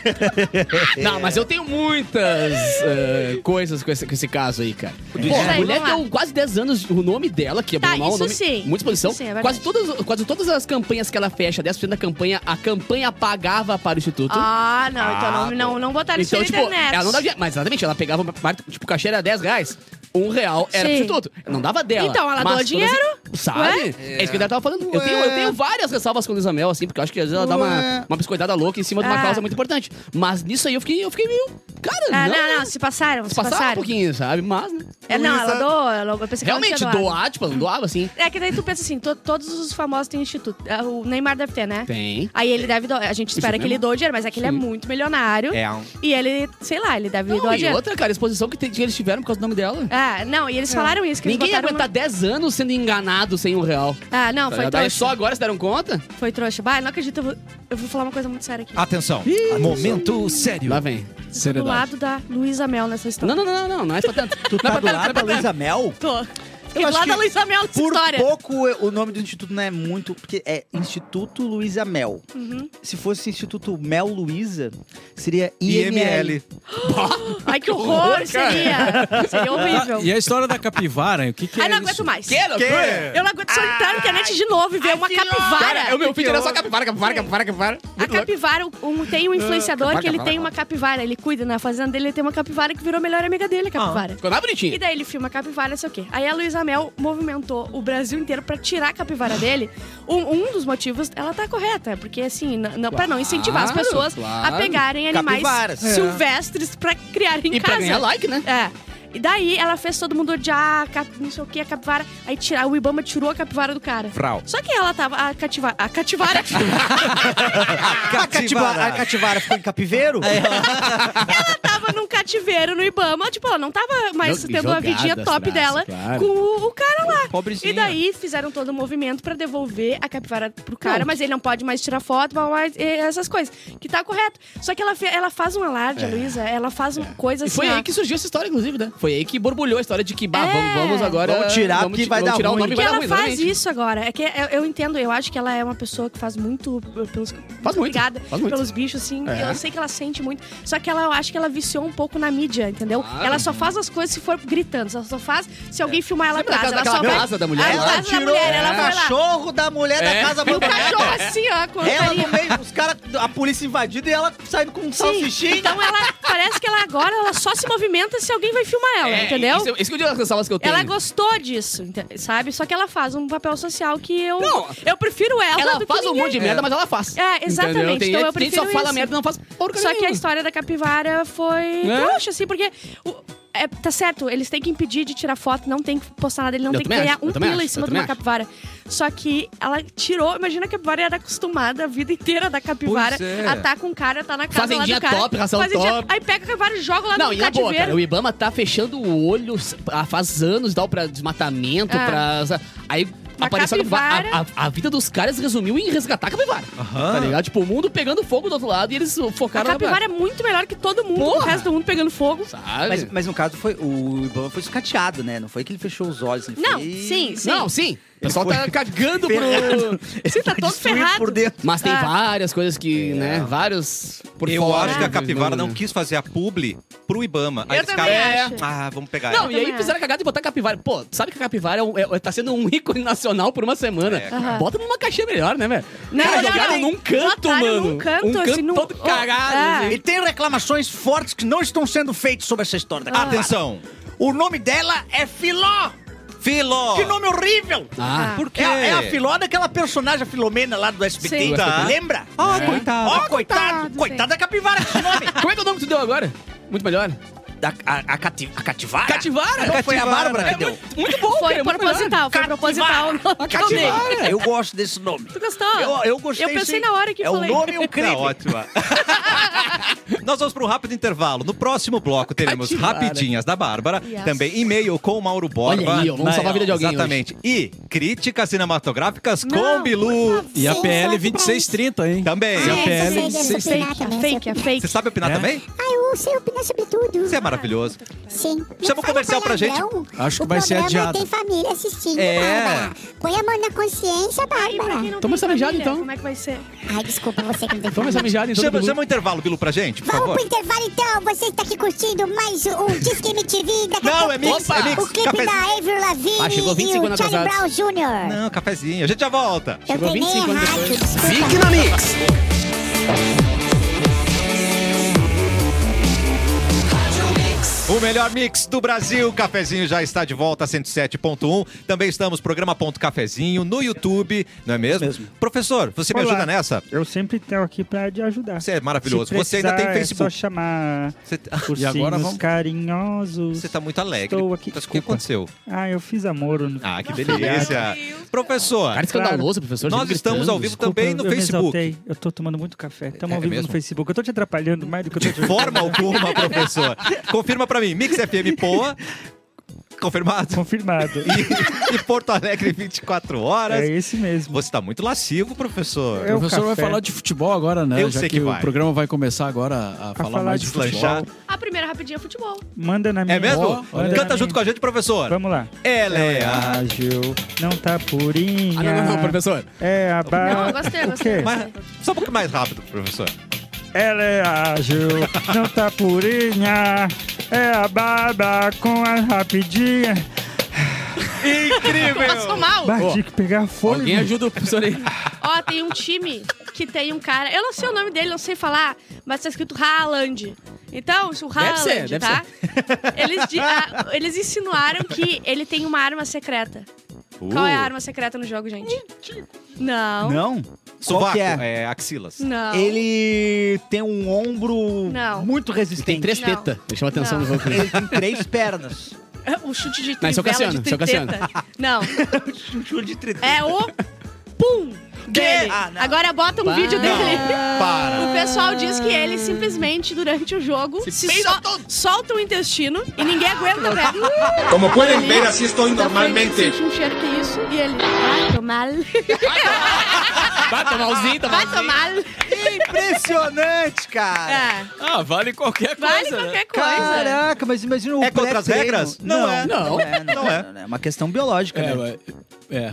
B: Não, mas eu tenho muitas eh, coisas com esse, com esse caso aí, cara. Pô, a
E: Aí,
B: mulher
E: vamos lá.
B: deu quase dez anos, o nome dela, que é
E: Tá,
B: normal, o
E: isso
B: nome,
E: sim.
B: muita exposição.
E: Isso sim, é verdade.
B: quase, todas, quase todas as campanhas que ela fecha, dez por cento da campanha, a campanha pagava para o Instituto.
E: Ah, não, então
A: Ah,
E: não, não, não botaram
B: Então,
E: isso
B: tipo,
E: na internet.
B: ela não dava dinheiro. Mas exatamente, ela pegava uma parte, tipo, o cachê era dez reais. Um real era
E: Sim.
B: pro Instituto. Não dava dela.
E: Então, ela
B: mas
E: doa
B: todas-
E: dinheiro.
B: Sabe?
E: Ué?
B: É isso que eu tava falando. Eu tenho, eu tenho várias ressalvas com a Luísa Mel, assim, porque eu acho que às vezes ela dá uma,
D: Ué.
B: uma biscoitada louca em cima de uma
E: Ah.
B: causa muito importante. Mas nisso aí eu fiquei, eu fiquei meio. Cara,
E: Ah,
B: não.
E: não, não, se passaram, se
B: Se passar um
E: passaram.
B: pouquinho, sabe? Mas, né?
E: É, não, ela doou, ela, eu pensei que ela
B: Realmente,
E: não tinha doado.
B: doar, tipo, ela não doava, assim.
E: É que daí tu pensa assim, to- todos os famosos têm instituto. Ah, O Neymar deve ter, né?
B: Tem.
E: Aí ele deve doar. A gente espera
B: Isso
E: que ele
B: mesmo.
E: doe dinheiro, mas é que ele é
B: Sim.
E: muito milionário.
A: É um...
E: E ele, sei lá, ele deve
B: Não,
E: doar
B: e
E: dinheiro.
B: outra, cara, a exposição que, tem- que eles tiveram por causa do nome dela.
E: Ah, não, e eles falaram isso, que
B: Ninguém ia
E: eles botaram
B: aguentar dez anos sendo enganado sem um real.
E: Ah, não, foi
B: Daí
E: trouxa.
B: só agora se deram conta?
E: Foi trouxa. Bah, eu não acredito, eu vou, eu vou falar uma coisa muito séria aqui.
A: Atenção, momento sério.
B: Lá vem.
E: Tô do
F: Seriedade.
E: lado da Luísa Mel nessa história.
B: Não, não, não, não, não, não é pra tanto.
D: Tu tá do lado da Luísa Mel?
E: Tô. Fiquei do
D: acho
E: lado
D: que
E: da Luísa Mel nessa
D: Por
E: história.
D: pouco o nome do instituto não é muito. Porque é Instituto Luísa Mel.
E: Uhum.
D: Se fosse Instituto Mel Luísa, seria
A: I M
D: I M L.
A: L.
E: Ai, que horror seria. Seria horrível.
F: E a história da capivara, o que, que
E: Ai,
F: é
E: não
F: isso?
E: aguento mais.
B: Que loucura!
E: Eu não aguento só entrar na internet de novo e ver uma capivara.
B: Cara, o meu filho era só capivara, capivara, capivara, capivara.
E: A capivara, um, tem um influenciador
B: capivara,
E: que ele
B: capivara.
E: tem uma capivara, ele cuida na fazenda dele, ele tem uma capivara que virou a melhor amiga dele, a capivara.
B: Ficou mais
E: E
B: bonitinho.
E: daí ele filma a capivara, sei o quê. Aí a Luísa Mel movimentou o Brasil inteiro pra tirar a capivara dele. Um, um dos motivos, ela tá correta, porque assim, n- não, pra não incentivar as
B: Claro,
E: pessoas
B: claro.
E: a pegarem animais
D: Capivaras.
E: silvestres pra criarem em
B: E
E: casa.
B: pra ganhar like, né?
E: É. E daí ela fez todo mundo odiar, a cap- não sei o que, a capivara. Aí tirar, o Ibama tirou a capivara do cara.
A: Frau.
E: Só que ela tava. A cativara. A cativara.
D: A cativara, a cativara ficou em capiveiro?
E: ela tava num cativeiro no Ibama. Tipo, ela não tava mais
B: Jo-
E: tendo a
B: jogada
E: vidinha
B: as
E: top
B: braças,
E: dela
B: claro.
E: com o, o cara lá.
A: Pobrezinha.
E: E daí fizeram todo o movimento pra devolver a capivara pro cara,
B: Não.
E: mas ele não pode mais tirar foto, blá, blá, blá, e essas coisas. Que tá correto. Só que ela, fe- ela faz um alarde, a Luísa, ela faz um, coisa
B: E
E: assim.
B: foi
E: ó.
B: aí que surgiu essa história, inclusive, né? Foi aí que borbulhou a história de que, bah,
E: É.
B: vamos, vamos agora...
D: Vamos tirar, porque
B: ti-
D: vai
B: vamos
D: dar
B: tirar
D: ruim.
B: o nome e
E: Porque
B: vai dar
E: ela
B: ruim,
E: faz
B: exatamente.
E: isso agora. É que eu, eu entendo, eu acho que ela é uma pessoa que faz muito pelos.
B: Faz muito,
E: Obrigada
B: faz muito.
E: pelos bichos, assim.
B: É.
E: Eu sei que ela sente muito. Só que ela, eu acho que ela viciou um pouco na mídia, entendeu?
B: Claro.
E: Ela só faz as coisas se for gritando. Ela só faz se alguém filmar ela
B: Lembra
E: atrás.
B: daquela-
E: Ela só
B: daquela
E: vai.
B: casa da mulher?
E: A
B: Ela
E: casa da
D: tirou
E: mulher, ela
D: o
E: foi lá.
D: cachorro da mulher
B: É.
D: da casa
E: E o
D: abandonada.
E: cachorro assim, ó, com a
D: Ela
E: carinha.
D: no meio, os caras, a polícia invadida e ela saindo com um
E: Sim.
D: salsichinho.
E: Então ela parece que ela agora ela só se movimenta se alguém vai filmar ela,
B: É,
E: entendeu?
B: Isso, isso que eu digo as ressalvas que eu tenho.
E: Ela gostou disso, ente- sabe? Só que ela faz um papel social que eu.
B: Não.
E: Eu prefiro ela.
B: Ela
E: do
B: faz
E: que
B: um
E: ninguém.
B: monte de merda, mas ela faz.
E: É, exatamente.
B: Entendeu? Tem
E: Então eu
B: gente que só
E: prefiro
B: fala
E: isso.
B: merda e não faz porcaria
E: Só que a
B: nenhuma.
E: história da capivara foi
B: É?
E: trouxa, assim, porque. o- é, tá certo, eles têm que impedir de tirar foto, não tem que postar nada, ele não
B: Eu
E: tem que
B: também
E: ganhar
B: acho,
E: um
B: eu também
E: pila em
B: acho,
E: cima
B: eu
E: de uma
B: também acho.
E: capivara. Só que ela tirou, imagina a capivara era acostumada a vida inteira da capivara
A: Pois é.
E: a tá com o cara, tá na casa
B: Fazendinha
E: lá do cara.
B: top, ração
E: Fazendinha-
B: top.
E: Aí pega a capivara e joga lá
B: Não,
E: no
B: e na boa,
E: cativeiro.
B: cara, o Ibama tá fechando o olho ah, faz anos e tal pra desmatamento,
E: É.
B: pra... Aí
E: Uma
B: apareceu...
E: capivara.
B: A, a, a vida dos caras resumiu em resgatar a capivara. Tá ligado? Tipo, o mundo pegando fogo do outro lado e eles
E: A
B: focaram
E: capivara é muito melhor que todo mundo,
B: Porra.
E: o resto do mundo pegando fogo.
B: Sabe?
D: Mas, mas no caso foi o Ibama foi escateado, né? Não foi que ele fechou os olhos. Ele
E: Não,
D: fez-
E: sim, sim.
B: Não, sim. O pessoal
D: foi
B: tá cagando
D: ferrado.
B: pro...
E: Você tá
D: Foi
E: todo
D: destruído
E: ferrado.
D: por dentro.
B: Mas tem
E: Ah.
B: várias coisas que, né, vários por
A: Eu
B: fora.
A: acho que a
B: né,
A: capivara
B: né.
A: não quis fazer a publi pro Ibama. Aí
E: Eu
A: eles
E: também
A: ficaram,
E: acho.
A: Ah, vamos pegar
B: Não,
A: ela.
B: e aí
E: também
B: fizeram a cagada de botar capivara. Pô, sabe que a capivara é um- é- tá sendo um ícone nacional por uma semana.
A: É,
E: cara.
B: Bota numa caixinha melhor, né, velho?
E: Não,
B: Cara,
E: não,
B: jogaram
E: não.
B: num canto,
E: Botaram
B: mano.
E: num canto,
B: um canto
E: assim, num-
B: todo
E: Oh,
B: cagado.
E: é.
B: assim.
D: E tem reclamações fortes que não estão sendo feitas sobre essa história da capivara.
A: Atenção.
D: O nome dela é Filó.
A: Filó.
D: Que nome horrível.
B: Ah,
A: Por quê?
D: É, a- é a Filó daquela personagem, a Filomena lá do S B T.
E: Sim.
A: Tá.
D: Lembra?
A: Ah,
B: É.
A: coitada.
D: Ó, coitado.
E: coitado,
D: Coitado da capivara com esse nome.
B: como é que é o nome que tu deu agora? Muito melhor.
D: Da, a, a, cati, a cativara?
B: Cativara.
D: Não, foi a
A: Cativara.
D: Bárbara que
B: É
D: deu.
B: muito, muito bom,
E: Foi
B: cara, é muito
E: proposital, foi
D: Capivara.
E: proposital. Não, que eu dei.
D: Cativara. Eu gosto desse nome.
E: Tu gostou?
D: Eu, eu gostei.
E: Eu pensei
D: sim.
E: na hora que
D: É
E: falei.
D: o nome e o crime.
A: Tá ótima. Nós vamos para um rápido intervalo. No próximo bloco teremos
B: Cativara.
A: Rapidinhas da Bárbara.
E: Yes.
A: Também e-mail com o Mauro Borba.
B: Olha aí, ó, vamos salvar a vida de alguém
A: Exatamente. E críticas cinematográficas
E: Não,
A: com Bilu.
F: E a P L vinte e seis trinta, hein?
A: Também.
F: E a
G: Ah,
F: P
G: essa
F: L
G: segue,
F: vinte e seis
G: essa
F: trinta.
G: pirata
E: É
G: mesmo.
E: fake, é fake.
A: Você sabe opinar
F: É?
A: também?
G: Ai, eu sem opinar sobre tudo.
A: Você é maravilhoso.
G: Sim.
A: Chama o comercial pra gente.
F: Acho que
G: o
F: vai ser
G: programa
F: adiado.
G: tem família assistindo,
A: É.
G: Bárbara. Põe a mão na consciência,
E: Aí, pra quem
G: Bárbara.
E: não
B: Toma
E: tem
B: essa mijada,
E: família,
B: então.
E: Como é que vai ser?
G: Ai, desculpa, você que não tem
B: Toma essa
G: família.
B: mijada em todo
A: Chama,
B: mundo.
A: chama o intervalo, Bilu, pra gente, por
G: Vamos
A: favor.
G: pro intervalo então, você está aqui curtindo mais um Disque M T V. Daqui a
A: Não,
G: pouco
A: é mix,
G: tem
A: é mix.
G: O clipe
A: Cafezinho.
G: da Avril Lavigne
B: Ah, chegou vinte
G: e
B: segundos
G: o Charlie
B: atrasados.
G: Brown Júnior
A: Não, cafezinho. A gente já volta.
G: Eu
B: Chegou
G: treinei
B: vinte e cinco anos
G: errado,
B: depois.
G: desculpa.
H: Fique na Mix.
A: O melhor mix do Brasil, Cafezinho já está de volta, cento e sete ponto um. Também estamos, programa Ponto Cafezinho, no YouTube, não é mesmo?
I: mesmo.
A: Professor, você me
I: Olá.
A: ajuda nessa?
I: Eu sempre estou aqui para te ajudar.
A: Você é maravilhoso.
I: Se
A: Você ainda tem
I: precisar,
A: Facebook.
I: É só chamar
A: Você,
I: ursinhos
F: agora vamos-
I: carinhosos.
A: você tá muito alegre.
I: Estou aqui.
A: O que
I: Desculpa.
A: aconteceu?
I: Ah, eu fiz amor. No...
A: Ah, que delícia. Professor,
B: Cara escandaloso, professor.
A: nós
B: sempre
A: estamos
B: gritando.
A: ao vivo
I: Desculpa,
A: também
I: eu-
A: no
I: eu me
A: Facebook.
I: exaltei. Eu tô tomando muito café. Estamos
A: É
I: ao vivo
A: mesmo?
I: no Facebook. Eu tô te atrapalhando mais do que eu tô te
A: De forma alguma, professor. Confirma pra mim, Mix F M Poa. Confirmado?
I: Confirmado.
A: E, e Porto Alegre vinte e quatro horas.
I: É esse mesmo.
A: Você tá muito lascivo, professor.
I: É
F: O
I: o
F: professor vai
I: café.
F: falar de futebol agora, né?
A: Eu
F: Já
A: sei
F: que,
A: que
F: o
A: vai.
F: programa vai começar agora a, falar,
I: falar
F: mais
I: de
F: de futebol.
A: deslanchar.
E: A primeira rapidinha é futebol.
I: Manda na minha.
A: É mesmo?
F: Ó, olha
A: Canta
I: aí.
A: junto com a gente, professor.
I: Vamos lá.
A: Ela é a...
I: ágil, não tá purinha.
B: Ah, não, não, não, professor.
I: É a barra.
E: Não, eu gostei, eu
I: O
E: gostei.
I: quê?
A: Mas, só um pouco mais rápido, professor.
I: Ela é ágil, não tá purinha. É a barba com a rapidinha.
A: Incrível!
E: Passou mal.
I: Bah, tinha que pegar fôlego.
B: Alguém ajuda o professor aí.
E: Ó, tem um time que tem um cara... Eu não sei o nome dele, não sei falar, mas tá escrito Haaland. Então, se o
B: Deve
E: Haaland,
B: ser, deve
E: tá? Eles, di- ah, eles insinuaram que ele tem uma arma secreta. Qual é a arma secreta no jogo, gente? Não.
D: Não?
A: Sovaco,
D: Qual que é?
A: é axilas.
E: Não.
D: Ele tem um ombro
E: Não.
D: muito
B: Tem
D: resistente.
B: três
E: Não.
B: tetas. Deixa eu atenção
E: Não.
B: no jogo.
D: Ele tem três pernas.
E: O chute de
B: Não, esse é o
E: trivela
B: Cassiano,
E: de
B: esse é o Cassiano.
E: triteta. Não.
D: Chute de triteta.
E: É o pum dele.
D: Ah, não.
E: Agora bota um vídeo dele.
A: Para.
E: O pessoal diz que ele simplesmente, durante o jogo, se, sol- solta o intestino e ninguém aguenta, velho.
H: Como pueden
E: Ali,
H: ver, así estoy
E: da frente,
H: normalmente.
E: Sente um cheiro que isso e ele vai tomar.
B: Vai tomar malzinho, tomar
E: Vai tomar.
D: Impressionante, cara.
E: É,
F: Ah, vale qualquer coisa,
E: vale
F: né?
E: qualquer coisa.
D: Caraca, mas imagina o
A: É contra as
D: pré-treino.
A: regras? Não é.
D: Não,
B: Não.
D: é. Não,
A: Não é.
D: é. É uma questão biológica,
F: É,
D: né?
F: mas- é.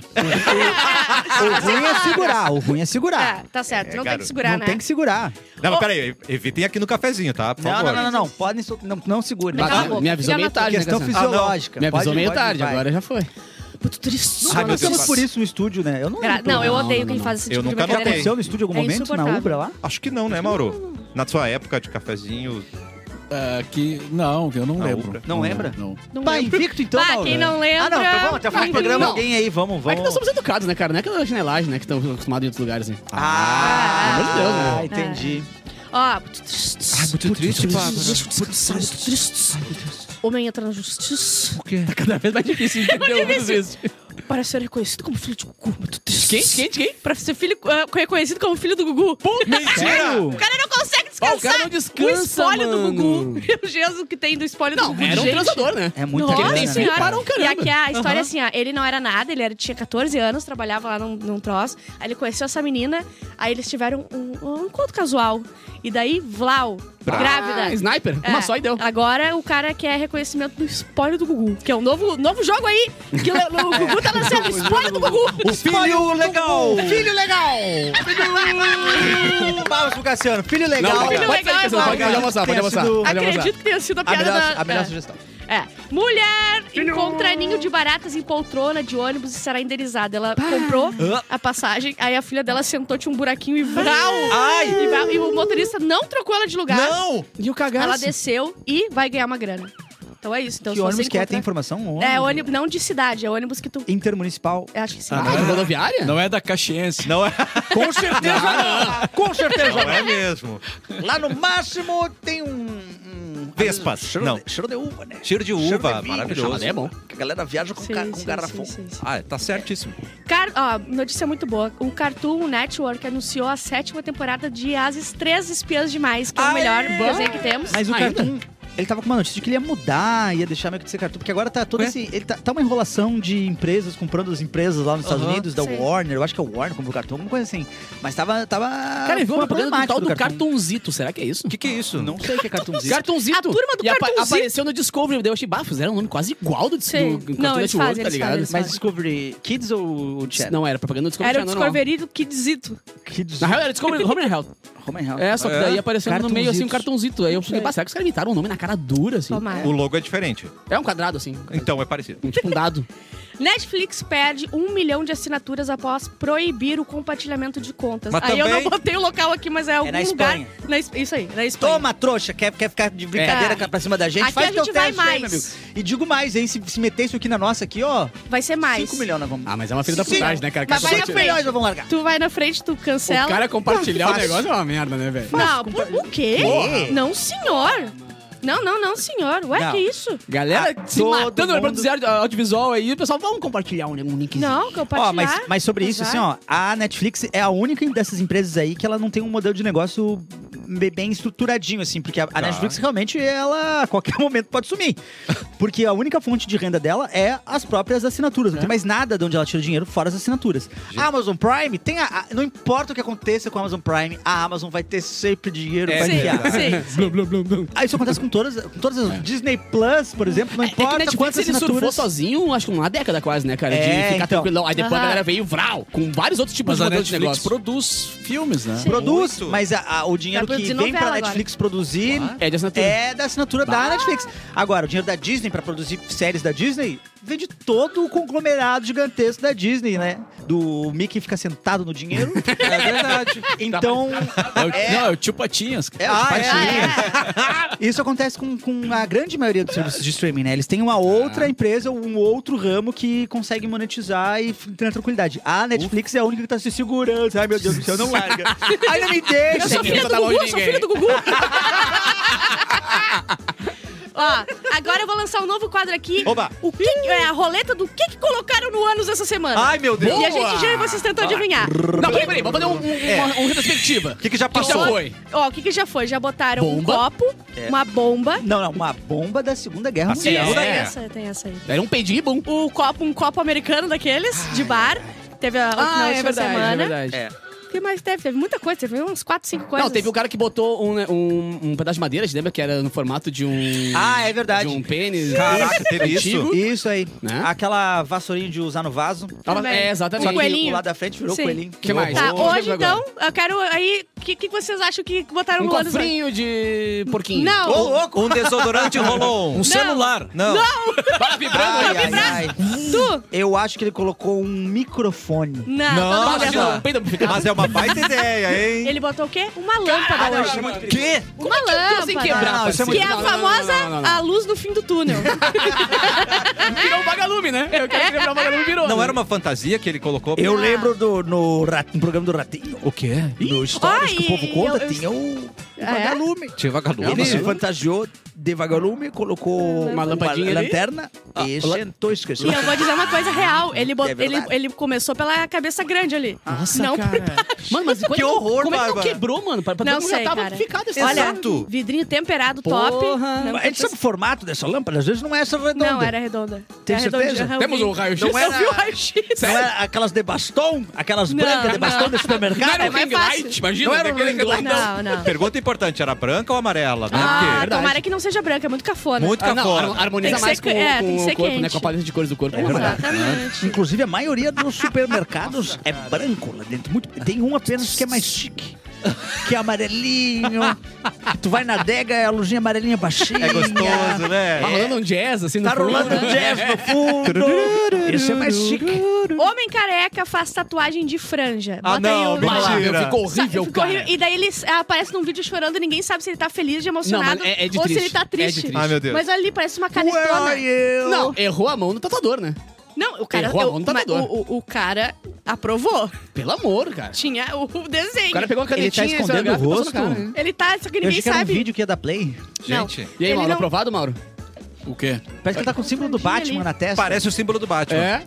D: O ruim é segurar, o ruim é segurar.
E: É, tá certo.
A: É,
E: não tem
A: garoto.
E: que segurar,
D: Não
E: né?
D: tem que segurar.
A: Não, mas
E: Ô.
A: peraí, evitem aqui no cafezinho, tá? Por
D: Não,
A: favor.
D: não, não, não, não. Podem sol- não, não segure.
E: Cala a
B: Ah,
E: boca,
B: me avisou
E: fica
B: meio
E: na tua.
B: tarde, né,
D: Questão
B: Cassiano?
D: fisiológica.
B: Me avisou
D: Pode-
B: meio
D: pode,
B: tarde,
D: vai.
B: agora já foi.
E: Muito triste.
A: Ai, meu
D: Nós estamos
A: Deus.
D: por isso no estúdio, né? Eu não
E: Gra-
D: lembro.
E: Não, eu
B: Não,
E: odeio
B: não,
E: quem
B: não.
E: faz esse
A: Eu
E: tipo de
A: nunca
D: Já
E: brincadeira.
D: aconteceu no estúdio em algum
E: É
D: momento, na
E: insuportável.
D: Ubra lá?
A: Acho que não, né, Mauro? Na sua época de cafezinho.
F: É, que, não, eu não
A: Na
F: lembro.
A: Ubra.
D: Não lembra?
F: Não.
E: Não
D: Vai,
E: lembro.
D: invicto então,
E: Bah,
D: Mauro.
E: quem não lembra...
D: Ah, não, então vamos, até o final do
E: não
D: programa,
B: Não.
D: alguém aí, vamos,
B: É
D: vamos.
B: que nós somos educados, né, cara? Não é aquela chinelagem, né? Que estão acostumados em outros lugares, assim.
D: Ah,
B: Pelo amor de Deus, né?
D: Ah, entendi.
E: Ó, muito triste.
A: Ai, muito triste,
E: Muito triste. Homem entra na justiça
B: Tá cada vez mais difícil de entender tudo isso.
E: para ser reconhecido como filho de Gugu. Muito triste.
B: Quem? Quem? Quem?
E: Pra ser filho, ah, reconhecido como filho do Gugu.
A: Mentira!
E: O cara não consegue descansar.
B: Ah, o cara não descansa,
E: O espólio do
B: mano.
E: Gugu. O Jesus que tem do espólio do
B: Não,
E: Gugu.
B: era um
E: gente.
B: transador, né?
D: É muito
E: Nossa
D: grana.
B: tem filho
E: senhora.
B: para um caramba.
E: E aqui a história é assim, ó. Ele não era nada, ele era, tinha catorze anos, trabalhava lá num, num troço. Aí ele conheceu essa menina, aí eles tiveram um, um encontro casual. E daí, Vlau, grávida.
B: Ah, sniper.
E: É,
B: Uma só e deu.
E: Agora o cara quer reconhecimento do espólio do Gugu. Que é um novo, novo jogo aí. Que o, o Gugu tá lançando. Espólio do Gugu.
A: O filho legal!
D: Filho legal! Palmas pro Cassiano. Filho legal.
B: Não,
E: Filho
B: pode
E: legal
B: ser,
E: é
B: pode,
E: bom.
B: pode almoçar, pode
D: Tenha
B: almoçar.
D: sido-
B: Pode almoçar.
E: Acredito que tenha sido a
D: A
E: piada
D: melhor,
E: da...
D: a melhor
E: é.
D: sugestão.
E: É. Mulher encontra ninho de baratas em poltrona de ônibus e será indenizada. Ela comprou a passagem, aí a filha dela sentou, tinha um buraquinho e vral!
A: Ai!
E: E, vral, e o motorista não trocou ela de lugar.
A: Não!
B: E o cagaço?
E: Ela desceu e vai ganhar uma grana. Então é isso. Então,
D: Que
E: se você
D: ônibus que é?
E: encontrar-
D: Tem informação? Ônibus?
E: É ônibus, não de cidade, é ônibus que tu...
D: Intermunicipal.
E: Eu acho que sim.
B: Ah, não é rodoviária?
F: Não é da Caxiense.
A: Não é,
D: Com certeza não. Com certeza
A: não é mesmo.
D: Lá no máximo tem um... um
A: Vespas.
D: Cheiro,
A: Não.
D: De, cheiro de uva, né?
A: Cheiro de
D: Cheiro
A: uva,
D: de vinho,
A: maravilhoso.
B: Mas é bom.
D: Que a galera viaja com,
E: Sim,
D: ca- com
E: sim,
D: garrafão.
E: sim, sim, sim.
A: Ah, tá certíssimo.
E: Car... Ó, notícia muito boa. O Cartoon Network anunciou a sétima temporada de As Três Espiãs Demais, que é o melhor desenho que temos.
D: Mas o
B: Ainda?
D: Cartoon... Ele tava com uma notícia de que ele ia mudar, ia deixar meio que de ser cartoon, porque agora tá todo
A: Ué?
D: esse... Ele tá, tá uma enrolação de empresas comprando as empresas lá nos Estados
A: Aham,
D: Unidos, da
E: sim.
D: Warner, eu acho que é o Warner comprou o cartão, alguma coisa assim. Mas tava... tava
B: Cara, eu vi uma propaganda do tal do Cartunzito. Será que é isso?
A: O que que é isso?
D: Não sei o que é cartãozinho.
B: Cartunzito.
E: A turma do
B: e apa-
E: Cartunzito.
B: apareceu no Discovery. Daí eu achei, bah, fizeram um nome quase igual do, do,
E: Sim.
B: do
E: Não,
B: Cartoon
E: eles
B: Network,
E: fazem,
B: tá
E: eles
B: ligado?
E: fazem, eles
D: Mas Discovery Kids ou Channel?
B: Não, era propaganda do Discovery
E: Era o
B: Channel, normal.
E: Discovery do Kidzito.
D: Kids.
B: Na real, era Discovery Home and Health.
D: Home and Health.
B: É, só que daí aparecendo no meio assim um
D: Cartunzitos.
B: cartãozito. Aí eu falei, bah, será que os caras imitaram um nome na cara dura, assim?
E: Tomara.
A: O logo é diferente.
B: É um quadrado, assim.
A: Então é parecido.
B: Um, tipo um dado.
E: Netflix perde um milhão de assinaturas após proibir o compartilhamento de contas.
A: Mas
E: Aí eu
A: também-
E: não botei o local aqui, mas é algum
D: na
E: lugar.
D: Espanha.
E: Na Es- isso aí, na Espanha.
D: Toma, trouxa, quer, quer ficar de brincadeira
E: É.
D: pra cima da gente?
E: Aqui
D: Faz
E: a
D: teu
E: gente vai
D: teste aí,
E: mais.
D: meu amigo. E digo mais, hein, se, se meter isso aqui na nossa aqui, ó,
E: Vai ser mais.
D: cinco milhões nós vamos...
B: Ah, mas é uma filha da
D: Sim.
B: putagem, né, cara?
E: Mas vai na
D: cinco
E: frente.
D: milhões nós vamos largar.
E: Tu vai na frente, tu cancela.
B: O cara compartilhar o
D: Fácil.
B: negócio é uma merda, né, velho?
E: Não, por, o quê?
D: Porra.
E: Não, senhor. Não, não, não, senhor. Ué,
D: Não.
E: que isso?
B: Galera
D: Ah,
B: se
D: todo
B: matando pra
D: mundo-
B: produzir audio- audiovisual aí, o pessoal, vamos compartilhar um, um linkzinho.
E: Não, compartilhar.
D: Ó, mas, mas sobre isso, assim, ó, a Netflix é a única dessas empresas aí que ela não tem um modelo de negócio be- bem estruturadinho, assim, porque a, a Netflix realmente, ela a qualquer momento pode sumir. Porque a única fonte de renda dela é as próprias assinaturas. Não tem mais nada de onde ela tira dinheiro fora as assinaturas. A Amazon Prime tem a, a- não importa o que aconteça com a Amazon Prime, a Amazon vai ter sempre dinheiro
A: É
D: pra
E: Sim,
D: enfiar.
E: sim.
B: Blum, blum, blum, blum.
D: Ah, isso acontece com todas, com todas as Disney Plus, por exemplo, não
B: É que
D: importa
B: o Netflix
D: quantas
B: ele surfou
D: assinaturas.
B: sozinho, acho que uma década quase, né, cara?
D: É,
B: de ficar
D: então.
B: tranquilão. Aí depois
E: Aham.
B: a galera veio vral, com vários outros tipos
F: Mas
B: de
F: a
B: modelos de
F: Netflix
B: negócio.
F: produz filmes, né?
E: Sim.
D: Produz,
A: Muito.
D: mas a- a- o dinheiro
E: Vai
D: que
E: produzir
D: vem pra
E: novela
D: Netflix produzir
B: É de assinatura.
D: é da assinatura da Netflix. Agora, o dinheiro da Disney pra produzir séries da Disney vem de todo o conglomerado gigantesco da Disney, né? Do Mickey fica sentado no dinheiro.
A: É verdade.
D: Então,
F: É o, Não, é o Tio Patinhas.
D: é,
A: Ah,
D: Patinhas. Isso acontece com, com a grande maioria dos serviços de streaming, né? Eles têm uma outra empresa, um outro ramo que consegue monetizar e f- ter tranquilidade. A Netflix é a única que tá se segurando. Ai, meu Deus do céu, não larga. Ai, não me deixa.
E: Eu sou filha
B: Ninguém
E: do
B: tá longe
E: Gugu,
B: de
E: sou
B: ninguém.
E: filha do Gugu. Ó, agora eu vou lançar um novo quadro aqui.
A: Oba.
E: O que, é a roleta do que, que colocaram no ânus essa semana.
A: Ai, meu Deus.
E: E a gente gira e vocês tentam adivinhar.
B: Não, peraí, peraí, vamos fazer um, um, uma, um retrospectiva.
A: O que que já
B: Que já
A: passou?
B: foi?
E: Ó, o que, que já foi? Já botaram um
B: Bomba.
E: copo, uma bomba.
D: Não, não, uma bomba da Segunda Guerra
A: A
D: Mundial.
A: segunda
E: Tem
A: é.
E: essa, tem essa aí.
B: Era um peidinho bom.
E: O copo, um copo americano daqueles, de bar. Teve a na
B: Ah, é
E: última
B: verdade,
E: semana.
B: é verdade.
D: É.
E: O que mais teve? Teve muita coisa, teve uns quatro, cinco coisas.
B: Não, teve um cara que botou um, né, um, um pedaço de madeira, você lembra que era no formato de um...
D: Ah, é verdade.
B: De um pênis.
A: Caraca, teve isso?
B: antigo.
D: Isso aí.
B: Né?
D: Aquela vassourinha de usar no vaso.
B: Tava-
E: Também.
B: É, exatamente.
E: Um
D: Só que
E: coelhinho.
D: o lado da frente virou
E: Sim.
D: coelhinho.
B: Que mais?
E: Tá,
B: Vou-
E: hoje
B: agora.
E: então, eu quero aí... O que, que vocês acham que botaram
B: Um
E: no ânus?
B: cofrinho de porquinho.
E: Não!
D: Ô, louco!
A: Um desodorante rolou.
F: Um celular.
A: Não.
B: Vai vibrando.
D: Ai,
B: vai
D: ai,
B: vibrando.
D: ai.
E: Tu?
D: Eu acho que ele colocou um microfone.
E: Não,
A: Não,
E: todo mundo
A: imagina.
E: errou.
B: Um peido amplificado.
A: Mas é uma baita ideia, hein?
E: Ele botou o quê? Uma lâmpada hoje.
A: Quê?
E: Uma
B: Como
E: lâmpada.
B: assim quebrar,
D: Não, isso é
B: parceiro?
E: Que é a
B: Não, não, não,
E: famosa
B: não, não, não.
E: a luz do fim do túnel.
B: Virou um vagalume, né? Eu quero quebrar o vagalume, virou.
A: Não era uma fantasia que ele colocou?
D: Eu
E: Ah.
D: lembro do no, rat- no programa do Ratinho.
F: O quê?
D: No Histórias
E: Ai,
D: que o povo conta,
E: eu- eu-
D: tinha o, o
E: É?
D: vagalume.
A: Tinha vagalume.
D: Ele se fantasiou de vagalume, colocou
B: Uma lampadinha ali.
D: lanterna e sentou, esqueceu.
E: E eu vou dizer uma coisa real. Ele, bot-
D: É
E: ele,
D: verdade.
E: ele começou pela cabeça grande ali.
B: Nossa,
E: não
B: cara. Mano, mas quando-
A: Que horror,
B: como é que não
A: Bárbara.
B: quebrou, mano? Pra, pra
E: Não
B: todo mundo já
E: sei,
B: tava
E: cara.
B: amplificado esse
E: Olha,
A: Exato.
E: vidrinho temperado top.
B: Porra.
E: Não,
D: A gente sabe o formato dessa lâmpada? Às vezes não é essa redonda.
E: não, era redonda.
D: Tem
E: era
D: certeza?
E: redondinha. Eu
B: Temos
E: vi.
B: o raio-x.
D: Não
E: Eu
D: era-
E: vi o raio-x.
D: Não era aquelas de bastom? Aquelas
E: Não,
D: brancas de
E: não.
D: bastom do
B: Não
D: supermercado?
B: era
E: É
B: um
E: mais
B: ring
E: fácil.
B: light, imagina.
D: Não era um
B: daquele
D: ring light.
E: Não, não.
A: Pergunta importante, era branca ou amarela, né?
E: Ah,
A: Porque
B: verdade.
E: tomara que não seja branca, é muito cafona.
A: muito
B: Ah, não,
A: cafona.
B: har- harmoniza
E: Tem que
B: mais
E: ser
B: com,
E: que- é,
B: com
E: tem que
B: o
E: ser
B: corpo, né?
E: quente.
B: Com a paleta de cores do corpo.
D: É verdade.
E: Exatamente.
D: Inclusive, a maioria dos supermercados é branco lá dentro. Muito... Tem um apenas que é mais chique. Que é amarelinho. Tu vai na adega, é a luzinha amarelinha baixinha.
A: É gostoso, né?
B: Tá rolando um jazz, assim, no
D: Tá
B: fundo,
D: rolando
B: né?
D: jazz no fundo. Esse é mais chique.
E: Homem careca faz tatuagem de franja.
A: Ah,
E: Bota aí
A: não,
E: o-
A: mentira.
B: Ficou
E: Sa-
B: horrível,
E: ficou
B: cara.
E: horrível. E daí ele ah, aparece num vídeo chorando e ninguém sabe se ele tá feliz, de emocionado,
B: Não, mas é- é de
E: ou se
B: triste.
E: ele tá
B: É de
E: triste.
B: triste.
A: Ai, meu Deus.
E: Mas ali parece uma
D: Where
E: canetona.
D: are you?
B: Não, errou a mão no tatuador, né?
E: Não, o cara,
B: Errou a
E: eu-
B: mão no
E: mas
B: tatuador.
E: o, o, o cara aprovou.
B: Pelo amor, cara.
E: Tinha o, o desenho.
B: O cara pegou a
D: Ele tá
B: canetinha
D: escondendo
B: e
D: o
B: passou
D: rosto?
B: na cara, né?
E: Ele tá, só que
D: Eu
E: ninguém
D: achei que era um
E: sabe.
D: vídeo que ia da Play.
A: Gente,
B: E aí,
E: Ele
B: Mauro,
E: não-
B: aprovado, Mauro?
F: O quê?
D: Parece que ele tá com o símbolo do
E: Franjinha
D: Batman
E: ali.
D: na testa.
A: parece o símbolo do Batman.
B: É?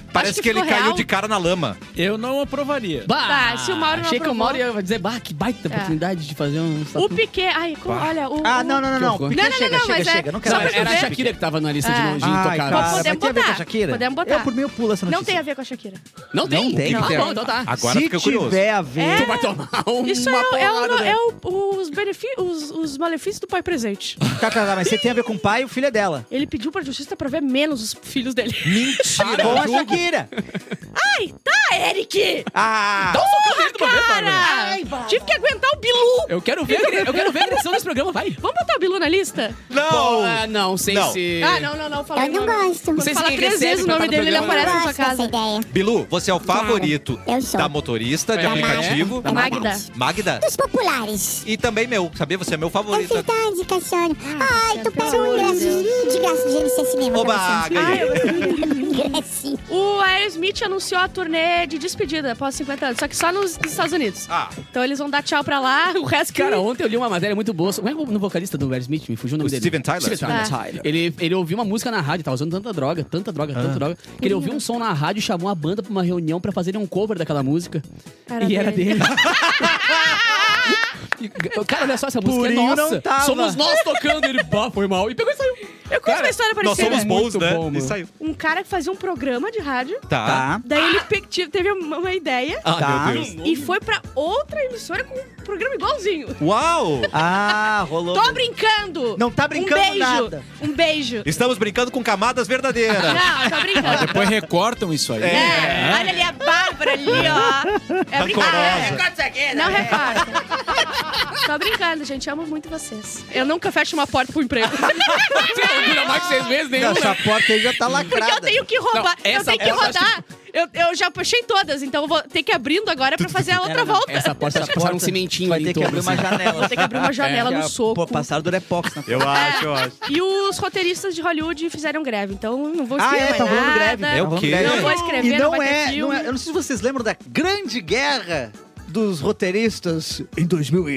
A: Parece
E: Acho
A: que,
E: que
A: ele
E: ficou
A: caiu
E: real.
A: de cara na lama.
F: Eu não aprovaria.
B: Bah,
E: Tá, se o Mauro não
B: achei que o
E: aprovou.
B: Mauro ia dizer, bah, que baita
E: É.
B: oportunidade de fazer um...
E: O Piquet... Ai, como, olha, o...
C: Ah,
E: o-
C: não, não, não,
B: Que
C: não.
B: horror.
C: Piquet,
E: Não, não,
C: chega,
E: não,
C: chega,
E: mas é-
C: chega. Não quero
E: só
C: mais
E: pra
B: Era a
E: ver.
B: Shakira que tava na lista de,
E: É.
B: no- de
C: Ai,
B: intocaráveis.
C: cara,
E: Podemos
C: tem a ver com a
E: botar.
C: Shakira?
E: Podemos botar.
C: Eu, por mim, eu pulo essa
E: Não
C: notícia.
E: tem a ver com a Shakira.
B: Não tem?
C: Não tem.
B: Ah,
C: Tem.
B: bom, então tá.
A: Agora
C: Se
A: fica curioso.
C: tiver a ver...
E: É.
B: Tu vai tomar uma
E: Isso é, o- é, o-
B: porrada, né?
E: é o- os, benefi- os, os malefícios do pai presente.
C: Tá, tá, tá, mas você tem a ver com o pai e o filho é dela.
E: Ele pediu pra justiça pra ver menos os filhos dele.
C: Tá bom a Shakira.
E: Ai, tá, Eric!
C: Ah!
E: Cara! Tive que aguentar o Bilu!
B: Eu quero ver, a- eu quero ver a agressão desse programa, vai.
E: Vamos botar o Bilu na lista?
A: Não!
B: Ah, não, sei
A: Não.
B: se...
E: Ah, não, não, não. Fala
G: Eu não gosto.
E: Quando
B: sei se
E: fala
B: quem
E: três
B: recebe
E: vezes o nome
B: pra
E: dele, ele
B: participar do
E: aparece na
G: Eu
E: sua
G: gosto dessa
E: casa.
G: ideia.
A: Bilu, você é o favorito
G: Eu sou.
A: da motorista de
B: É.
A: aplicativo.
G: É
E: Magda.
G: verdade.
A: Magda.
G: Dos populares.
A: E também meu, sabia? Você é meu
G: É
A: favorito.
G: verdade, Cassiano. Ai, tu
E: pelo
G: pega um
E: amor de
G: ingresso
E: Deus.
G: de graça de G N C Cinema
A: Oba,
G: pra você.
A: ganhei.
E: Ai, eu-
G: Pega um ingressinho.
E: O Aerosmith anunciou a turnê de despedida após cinquenta anos, só que só nos Estados Unidos.
A: Ah,
E: Então eles vão dar tchau pra lá, o resto que...
B: Cara, ontem eu li uma matéria muito boa. Como é que é o vocalista do Aerosmith? Me fugiu o nome
A: O
B: dele.
A: Steven Tyler?
B: Steven Tyler.
E: Ah.
C: Tyler.
B: Ele, ele ouviu uma música na rádio, tava usando tanta droga, tanta droga, tanta droga, que ele ouviu um som na rádio e chamou a banda pra uma reunião pra fazerem um cover daquela música.
E: Era
B: e era
E: dele.
B: dele. E, cara, olha só, essa música é
C: Purinho
B: nossa.
C: não tava.
B: Somos nós tocando. Ele, bah, foi mal. E pegou e saiu.
E: Eu conto uma história
A: nós
E: parecida.
A: somos bons,
B: muito
A: né?
B: bom, mano.
A: E saiu.
E: Um cara que fazia um programa de rádio,
A: Tá.
C: Tá.
E: daí ele pe- tive- teve uma uma ideia
A: Ah,
C: Tá.
A: meu Deus.
E: e foi pra outra emissora com um programa igualzinho.
A: Uau!
C: Ah, rolou.
E: Tô brincando!
C: Não tá brincando
E: um beijo,
C: nada.
E: Um beijo.
A: Estamos brincando com camadas verdadeiras.
E: Não, tô brincando.
F: Depois recortam isso aí.
E: É, olha ali a Bárbara ali, ó. É brincadeira.
A: Rancorosa.
E: Não recorta. Tô brincando, gente. Amo muito vocês. Eu nunca fecho uma porta pro emprego.
B: Você não dura mais que seis meses nenhum,
C: Essa
B: né?
C: porta aí já tá
E: Porque
C: lacrada.
E: eu tenho que roubar.
B: Não,
E: eu
B: essa
E: tenho que
B: porta,
E: rodar. Eu, eu já puxei todas, então eu vou ter que ir abrindo agora pra fazer a outra volta.
B: Essa porta vai passar um cimentinho
C: vai
B: ali
C: ter
B: em
C: que
B: torno,
C: abrir uma
B: assim.
C: janela.
E: Vou ter que abrir uma janela no
C: Já,
E: soco.
C: Pô, passaram Durepox na
A: Eu acho, eu acho.
E: E os roteiristas de Hollywood fizeram greve, então não vou
C: Ah,
E: escrever
C: é, tá
E: mais
C: rolando
E: nada.
C: greve.
A: É
C: Tá
A: o
C: rolando
A: quê?
C: greve.
E: Não vou escrever,
C: E
E: não
C: não
E: vai ter
C: é,
E: filme.
C: não é. Eu não sei se vocês lembram da grande guerra dos roteiristas em dois mil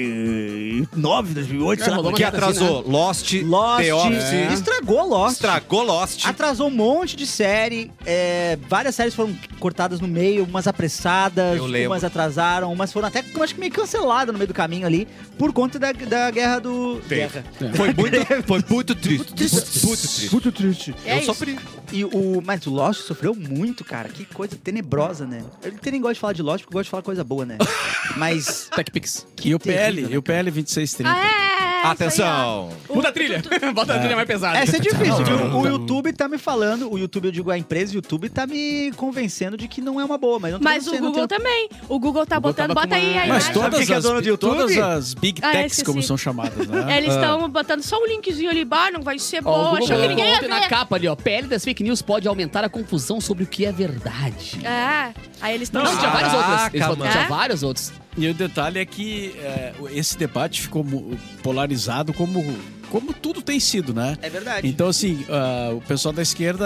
C: e nove, dois mil e oito,
B: É,
C: sei lá.
B: rolou uma
A: Que
B: merda
A: atrasou Lost,
C: Lost,
A: The Office.
C: estragou Lost.
A: Estragou Lost.
C: Atrasou um monte de série, é, várias séries foram cortadas no meio, umas apressadas,
A: Eu lembro.
C: umas atrasaram, umas foram até, eu acho que meio canceladas no meio do caminho ali, por conta da, da guerra do... Guerra.
A: Foi muito, foi muito triste. Muito triste.
C: Muito triste.
E: É
A: eu
E: isso.
A: sofri.
C: E o, mas o Lost sofreu muito, cara. Que coisa tenebrosa, né? Eu nem gosto de falar de Lost porque eu gosto de falar coisa boa, né? Mas...
B: TechPix.
F: E o P L,
C: terrível, né,
F: e o P L vinte e seis trinta.
E: Ah, é, é, é,
A: Atenção.
E: isso aí, ó.
B: Muda a trilha. Bota a trilha mais pesada.
C: Essa é difícil, viu? O YouTube tá me falando, o YouTube, eu digo a empresa, o YouTube tá me convencendo de que não é uma boa, mas eu não tô
E: Mas o
C: sendo,
E: Google
C: não tenho-
E: também. O Google tá
B: O Google
E: botando,
B: tava
E: bota
B: com
E: aí
B: uma-
E: a
F: Mas
E: imagem.
C: Sabe
F: todas
C: quem é
F: as,
C: dono do YouTube?
F: todas as Big
E: Ah,
F: Techs,
E: esqueci.
F: como são chamadas, né?
E: Eles estão botando só um linkzinho ali, bah, não vai ser
B: Ó, o
E: bom,
B: Google
E: achou que
B: colocou
E: ninguém ia
B: ontem na
E: ver.
B: capa ali, ó. P L das fake news pode aumentar a confusão sobre o que é verdade.
E: É, aí eles estão...
B: Não, tinha vários outros.
A: Caraca,
B: Eles botaram-
E: mano.
B: Tinha vários outros.
F: E o detalhe é que é, esse debate ficou mu- polarizado como, como tudo tem sido, né?
C: É verdade.
F: Então, assim, ah, o pessoal da esquerda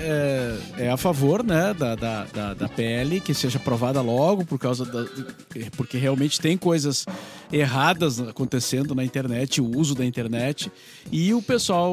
F: é, é a favor, né, da, da, da, da P L, que seja aprovada logo, por causa da, porque realmente tem coisas erradas acontecendo na internet, o uso da internet. E o pessoal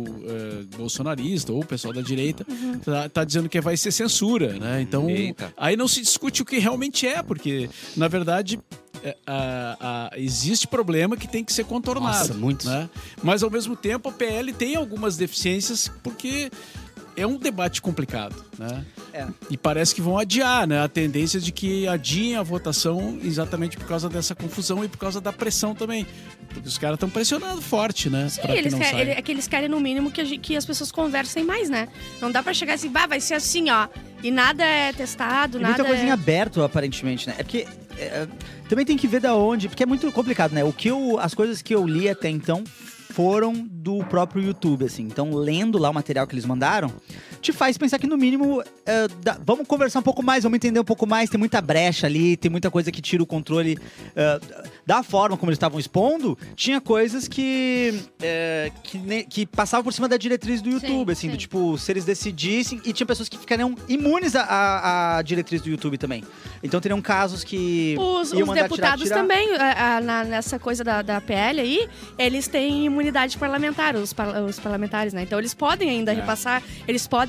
F: eh, bolsonarista ou o pessoal da direita tá, tá dizendo que vai ser censura, né? Então,
A: Eita.
F: aí não se discute o que realmente é, porque, na verdade, é, a- a- existe problema que tem que ser contornado.
B: Nossa, muitos.
F: Né? Mas, ao mesmo tempo, a P L tem algumas deficiências porque é um debate complicado, né?
C: É.
F: E parece que vão adiar, né? A tendência de que adiem a votação exatamente por causa dessa confusão e por causa da pressão também. Porque os caras estão pressionando forte, né?
E: Sim,
F: pra que
E: eles
F: não
E: querem,
F: saia.
E: ele- é que eles querem no mínimo que, a gente- que as pessoas conversem mais, né? Não dá pra chegar assim, bah, vai ser assim, ó. E nada é testado,
C: Tem
E: nada
C: muita coisa em
E: é...
C: aberto, aparentemente, né? É porque é, também tem que ver da onde, porque é muito complicado, né? O que eu, as coisas que eu li até então foram do próprio YouTube, assim. Então, lendo lá o material que eles mandaram, te faz pensar que, no mínimo, é, dá- vamos conversar um pouco mais, vamos entender um pouco mais. Tem muita brecha ali, tem muita coisa que tira o controle é, da forma como eles estavam expondo. Tinha coisas que, é, que, ne- que passavam por cima da diretriz do YouTube, assim,
E: sim.
C: do tipo, se eles decidissem. E tinha pessoas que ficariam imunes à- à, à diretriz do YouTube também. Então, teriam casos que.
E: Os,
C: iam
E: os
C: mandar
E: deputados
C: tirar, tirar.
E: também, a- a- na- nessa coisa da, da P L aí, eles têm imunidade parlamentar, os, par- os parlamentares, né? Então eles podem ainda repassar, eles podem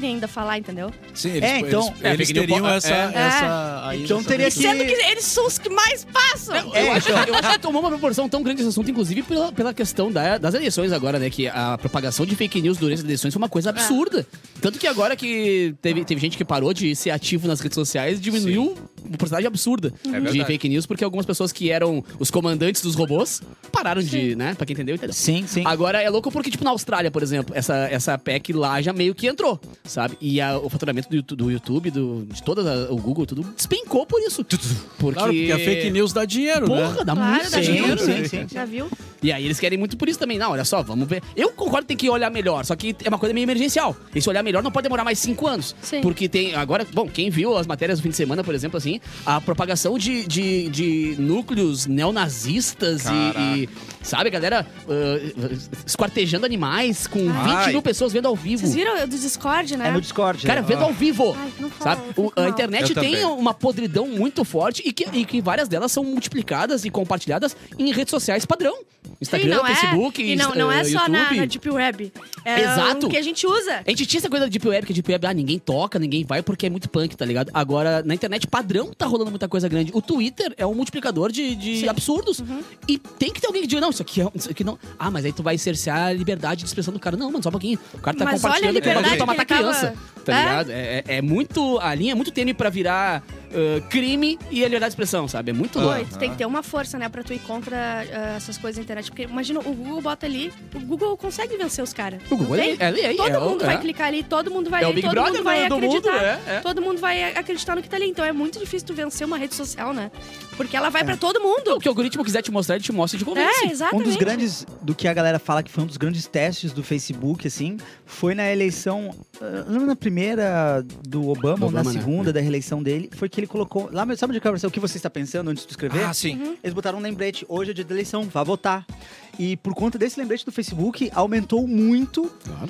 E: podem ainda falar, entendeu?
F: Sim, eles,
C: É, então-
F: eles,
B: É,
F: eles
B: fake news
F: teriam
B: po-
F: essa...
B: é.
F: essa aí
C: Então
F: essa
C: teria
F: abertura.
E: Sendo que eles são os que mais passam.
C: É,
B: eu, acho,
C: então.
B: eu acho que tomou uma proporção tão grande esse assunto, inclusive pela, pela questão da- das eleições agora, né? Que a propagação de fake news durante as eleições foi uma coisa absurda. Tanto que agora que teve, teve gente que parou de ser ativo nas redes sociais, diminuiu uma porcentagem absurda de
A: verdade.
B: fake news, porque algumas pessoas que eram os comandantes dos robôs pararam de, né? Pra quem entendeu, entendeu.
C: Sim, sim.
B: Agora é louco porque, tipo, na Austrália, por exemplo, essa, essa P E C lá já meio que entrou, sabe? E a- o faturamento do, Youtube- do YouTube, do, de toda a- o Google, tudo despencou por isso. Porque...
F: Claro, porque a fake news dá dinheiro,
B: Porra,
F: né?
B: dá
E: Claro,
B: muito
E: dá
B: dinheiro.
C: sim, sim.
E: Já viu?
B: E aí eles querem muito por isso também. Não, olha só, vamos ver. Eu concordo que tem que olhar melhor, só que é uma coisa meio emergencial. E se olhar melhor não pode demorar mais cinco anos.
E: Sim.
B: Porque tem, agora, bom, quem viu as matérias do fim de semana, por exemplo, assim, a propagação de, de, de núcleos neonazistas e, e, sabe, a galera uh, esquartejando animais com
A: Ai.
B: vinte mil pessoas vendo ao vivo.
E: Vocês viram do Discord, né?
C: É no Discord.
B: Cara,
C: né?
B: vendo ao vivo.
E: Ai, não fala,
B: Sabe?
E: eu fico
B: O- a
E: mal.
B: internet
A: Eu
B: tem
A: também.
B: uma podridão muito forte e que, e que várias delas são multiplicadas e compartilhadas em redes sociais padrão. Instagram,
E: Sim, não é-
B: Facebook,
E: E não, não é
B: eh,
E: só na,
B: YouTube.
E: na Deep Web. É
B: Exato.
E: o que a gente usa.
B: A gente tinha essa coisa da Deep Web, que a Deep Web, ah, ninguém toca, ninguém vai porque é muito punk, tá ligado? Agora, na internet padrão tá rolando muita coisa grande. O Twitter é um multiplicador de, de absurdos.
E: Uhum.
B: E tem que ter alguém que diga, não, isso aqui, é, isso aqui não... Ah, mas aí tu vai cercear a liberdade de expressão do cara. Não, mano, só um pouquinho. O cara tá
E: Mas olha a
B: compartilhando aqui,
E: liberdade
B: pra matar
E: que ele
B: criança,
E: tava-
B: tá
E: É?
B: ligado? É, é- é muito... A linha é muito tênue pra virar uh, crime e a liberdade de expressão, sabe? É muito louco.
E: Oi, tu tem que ter uma força, né, pra tu ir contra ah, essas coisas na internet. Porque imagina, o Google bota ali, o Google consegue vencer os caras.
B: O Google
E: Não
B: é,
E: tem?
B: é, é,
E: Todo
B: é,
E: mundo
B: é.
E: vai clicar ali, todo mundo vai
B: É o
E: ler,
B: Big
E: todo
B: Brother
E: mundo vai
B: do mundo,
E: acreditar.
B: é, é.
E: Todo mundo vai acreditar no que tá ali. Então é muito difícil tu vencer uma rede social, né? Porque ela vai
B: É.
E: pra todo mundo.
B: O que o algoritmo quiser te mostrar, ele te mostra e te convence.
E: É,
C: Um
E: exatamente.
C: dos grandes, do que a galera fala que foi um dos grandes testes do Facebook, assim, foi na eleição, ah, não na primeira do Obama,
B: Do
C: ou na
B: Obama, né?
C: segunda da reeleição dele, foi que ele colocou, lá, sabe onde que o que você está pensando antes de escrever?
A: Ah, sim.
E: Uhum.
C: Eles botaram um lembrete, hoje é dia da eleição, vá votar. E por conta desse lembrete do Facebook, aumentou muito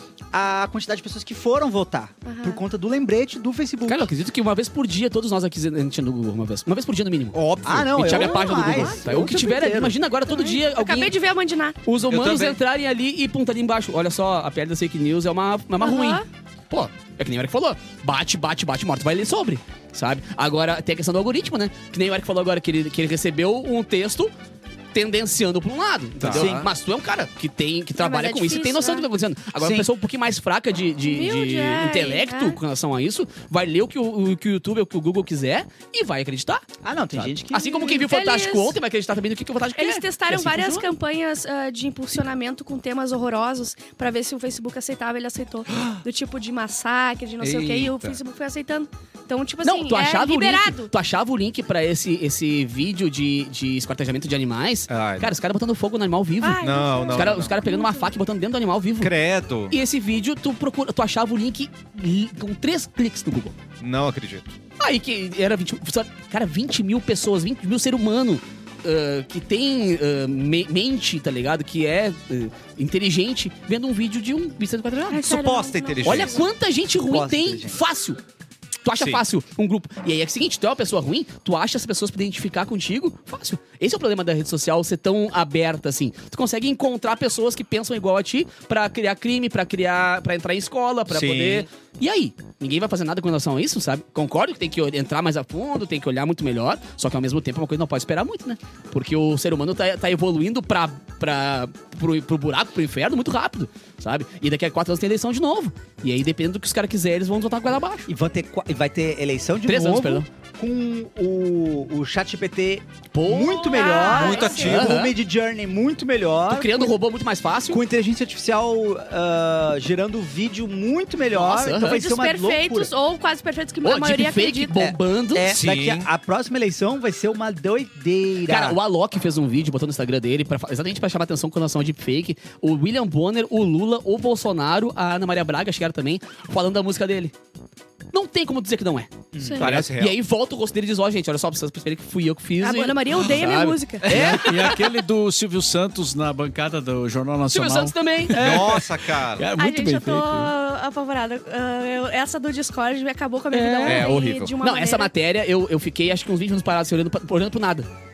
C: a quantidade de pessoas que foram votar.
E: Aham.
C: Por conta do lembrete do Facebook.
B: Cara, eu acredito que uma vez por dia, todos nós aqui a gente no Google, uma vez. Uma vez por dia, no mínimo.
A: Óbvio.
C: Ah, não,
B: a gente
C: eu
B: abre a página do
C: mais.
B: Google. Tá?
C: Eu
B: O que
C: o tempo
B: tiver,
C: inteiro.
B: imagina agora todo dia
E: Eu acabei
B: alguém,
E: de ver a Mandiná.
B: os humanos
A: também.
B: entrarem ali e pum, tá ali embaixo. Olha só, a pele da fake news é uma, é uma
E: Aham.
B: ruim. Pô, é que nem o Eric falou. Bate, bate, bate, morto, vai ler sobre, sabe? Agora, tem a questão do algoritmo, né? Que nem o Eric falou agora, que ele, que ele recebeu um texto tendenciando pra um lado, entendeu?
C: Sim.
B: Mas tu é um cara que tem que trabalha
E: é
B: com isso e tem
E: difícil,
B: noção
E: né?
B: do que tá acontecendo. Agora,
C: Sim.
B: uma pessoa um pouquinho mais fraca de, de,
E: Humilde,
B: de
E: é,
B: intelecto
E: é.
B: com relação a isso, vai ler o que o, o que o YouTube ou o que o Google quiser e vai acreditar.
C: Ah, não, tem
B: sabe?
C: gente que...
B: Assim como quem viu o
E: Eles-
B: Fantástico ontem vai acreditar também no que, que o Fantástico
E: Eles
B: quer.
E: testaram
B: E assim
E: várias
B: funciona.
E: campanhas ah, de impulsionamento com temas horrorosos pra ver se o Facebook aceitava. Ele aceitou. Do tipo de massacre, de não sei o que. E o
A: Eita.
E: Facebook foi aceitando. Então, tipo assim,
B: Não, tu
E: é
B: achava, o
E: liberado.
B: link, tu achava o link pra esse, esse vídeo de, de esquartejamento de animais.
A: Ai,
B: Cara, os caras botando fogo no animal vivo.
E: Ai,
A: Não,
B: os
A: não.
B: caras os cara pegando uma faca e botando dentro do animal vivo.
A: Credo.
B: E esse vídeo, tu, procura, tu achava o link li- com três cliques no Google.
A: Não acredito.
B: Aí que era vinte... Cara, vinte mil pessoas, vinte mil ser humano ah, que tem ah, me- mente, tá ligado? Que é ah, inteligente, vendo um vídeo de um bicho de quatro anos.
E: Ai, sério,
A: Suposta
E: não, não.
A: inteligência.
B: Olha quanta gente ruim
C: Suposta
B: tem
C: inteligência.
B: fácil. Tu acha
A: Sim.
B: fácil um grupo. E aí é o seguinte, tu é uma pessoa ruim, tu acha as pessoas pra identificar contigo, fácil. Esse é o problema da rede social ser tão aberta assim. Tu consegue encontrar pessoas que pensam igual a ti pra criar crime, pra criar, para entrar em escola, pra
A: Sim.
B: poder. E aí? Ninguém vai fazer nada com relação a isso, sabe? Concordo que tem que entrar mais a fundo, tem que olhar muito melhor, só que ao mesmo tempo é uma coisa que não pode esperar muito, né? Porque o ser humano tá, tá evoluindo pra, pra, pro, pro buraco, pro inferno muito rápido, sabe? E daqui a quatro anos tem eleição de novo. E aí, dependendo do que os caras quiserem, eles vão botar com ela abaixo.
C: E vai ter, qua- e vai ter eleição de
B: Três anos,
C: novo
B: perdão.
C: com o, o chat G P T
B: Pô,
C: muito melhor.
A: muito ativo.
C: Com
B: Aham.
C: o Mid Journey muito melhor.
B: Tô criando um robô muito mais fácil.
C: Com inteligência artificial ah, gerando vídeo muito melhor.
B: Nossa,
C: então
B: aham.
C: vai ser
E: Vídeos
C: uma
E: perfeitos
C: loucura.
E: ou quase perfeitos que
B: Ô,
E: a maioria
B: deepfake
E: acredita.
B: bombando.
C: É,
A: Sim.
C: daqui a, a próxima eleição vai ser uma doideira.
B: Cara, o Alok fez um vídeo, botou no Instagram dele, pra, exatamente pra chamar atenção com relação ao deepfake. O William Bonner, o Lula, o Bolsonaro, a Ana Maria Braga, chegaram também, falando da música dele. Não tem como dizer que não é.
E: Sim.
A: Parece real.
B: E aí volta o rosto dele e diz, ó, gente, olha só, vocês perceberem que fui eu que fiz.
E: A
B: e-
E: Ana Maria odeia minha
B: Sabe?
E: música.
F: É, e aquele do Silvio Santos na bancada do Jornal Nacional.
B: Silvio Santos também.
A: Nossa, cara.
F: É
E: Ai,
F: muito
E: gente,
F: bem
E: eu tô
F: feito.
E: apavorada. Ah, eu- essa do Discord acabou com a minha vida
A: É
E: ontem
A: horrível.
E: de uma
B: Não,
E: maneira...
B: essa matéria, eu, eu fiquei acho que uns vinte minutos parados assim, olhando, pra, olhando pro nada.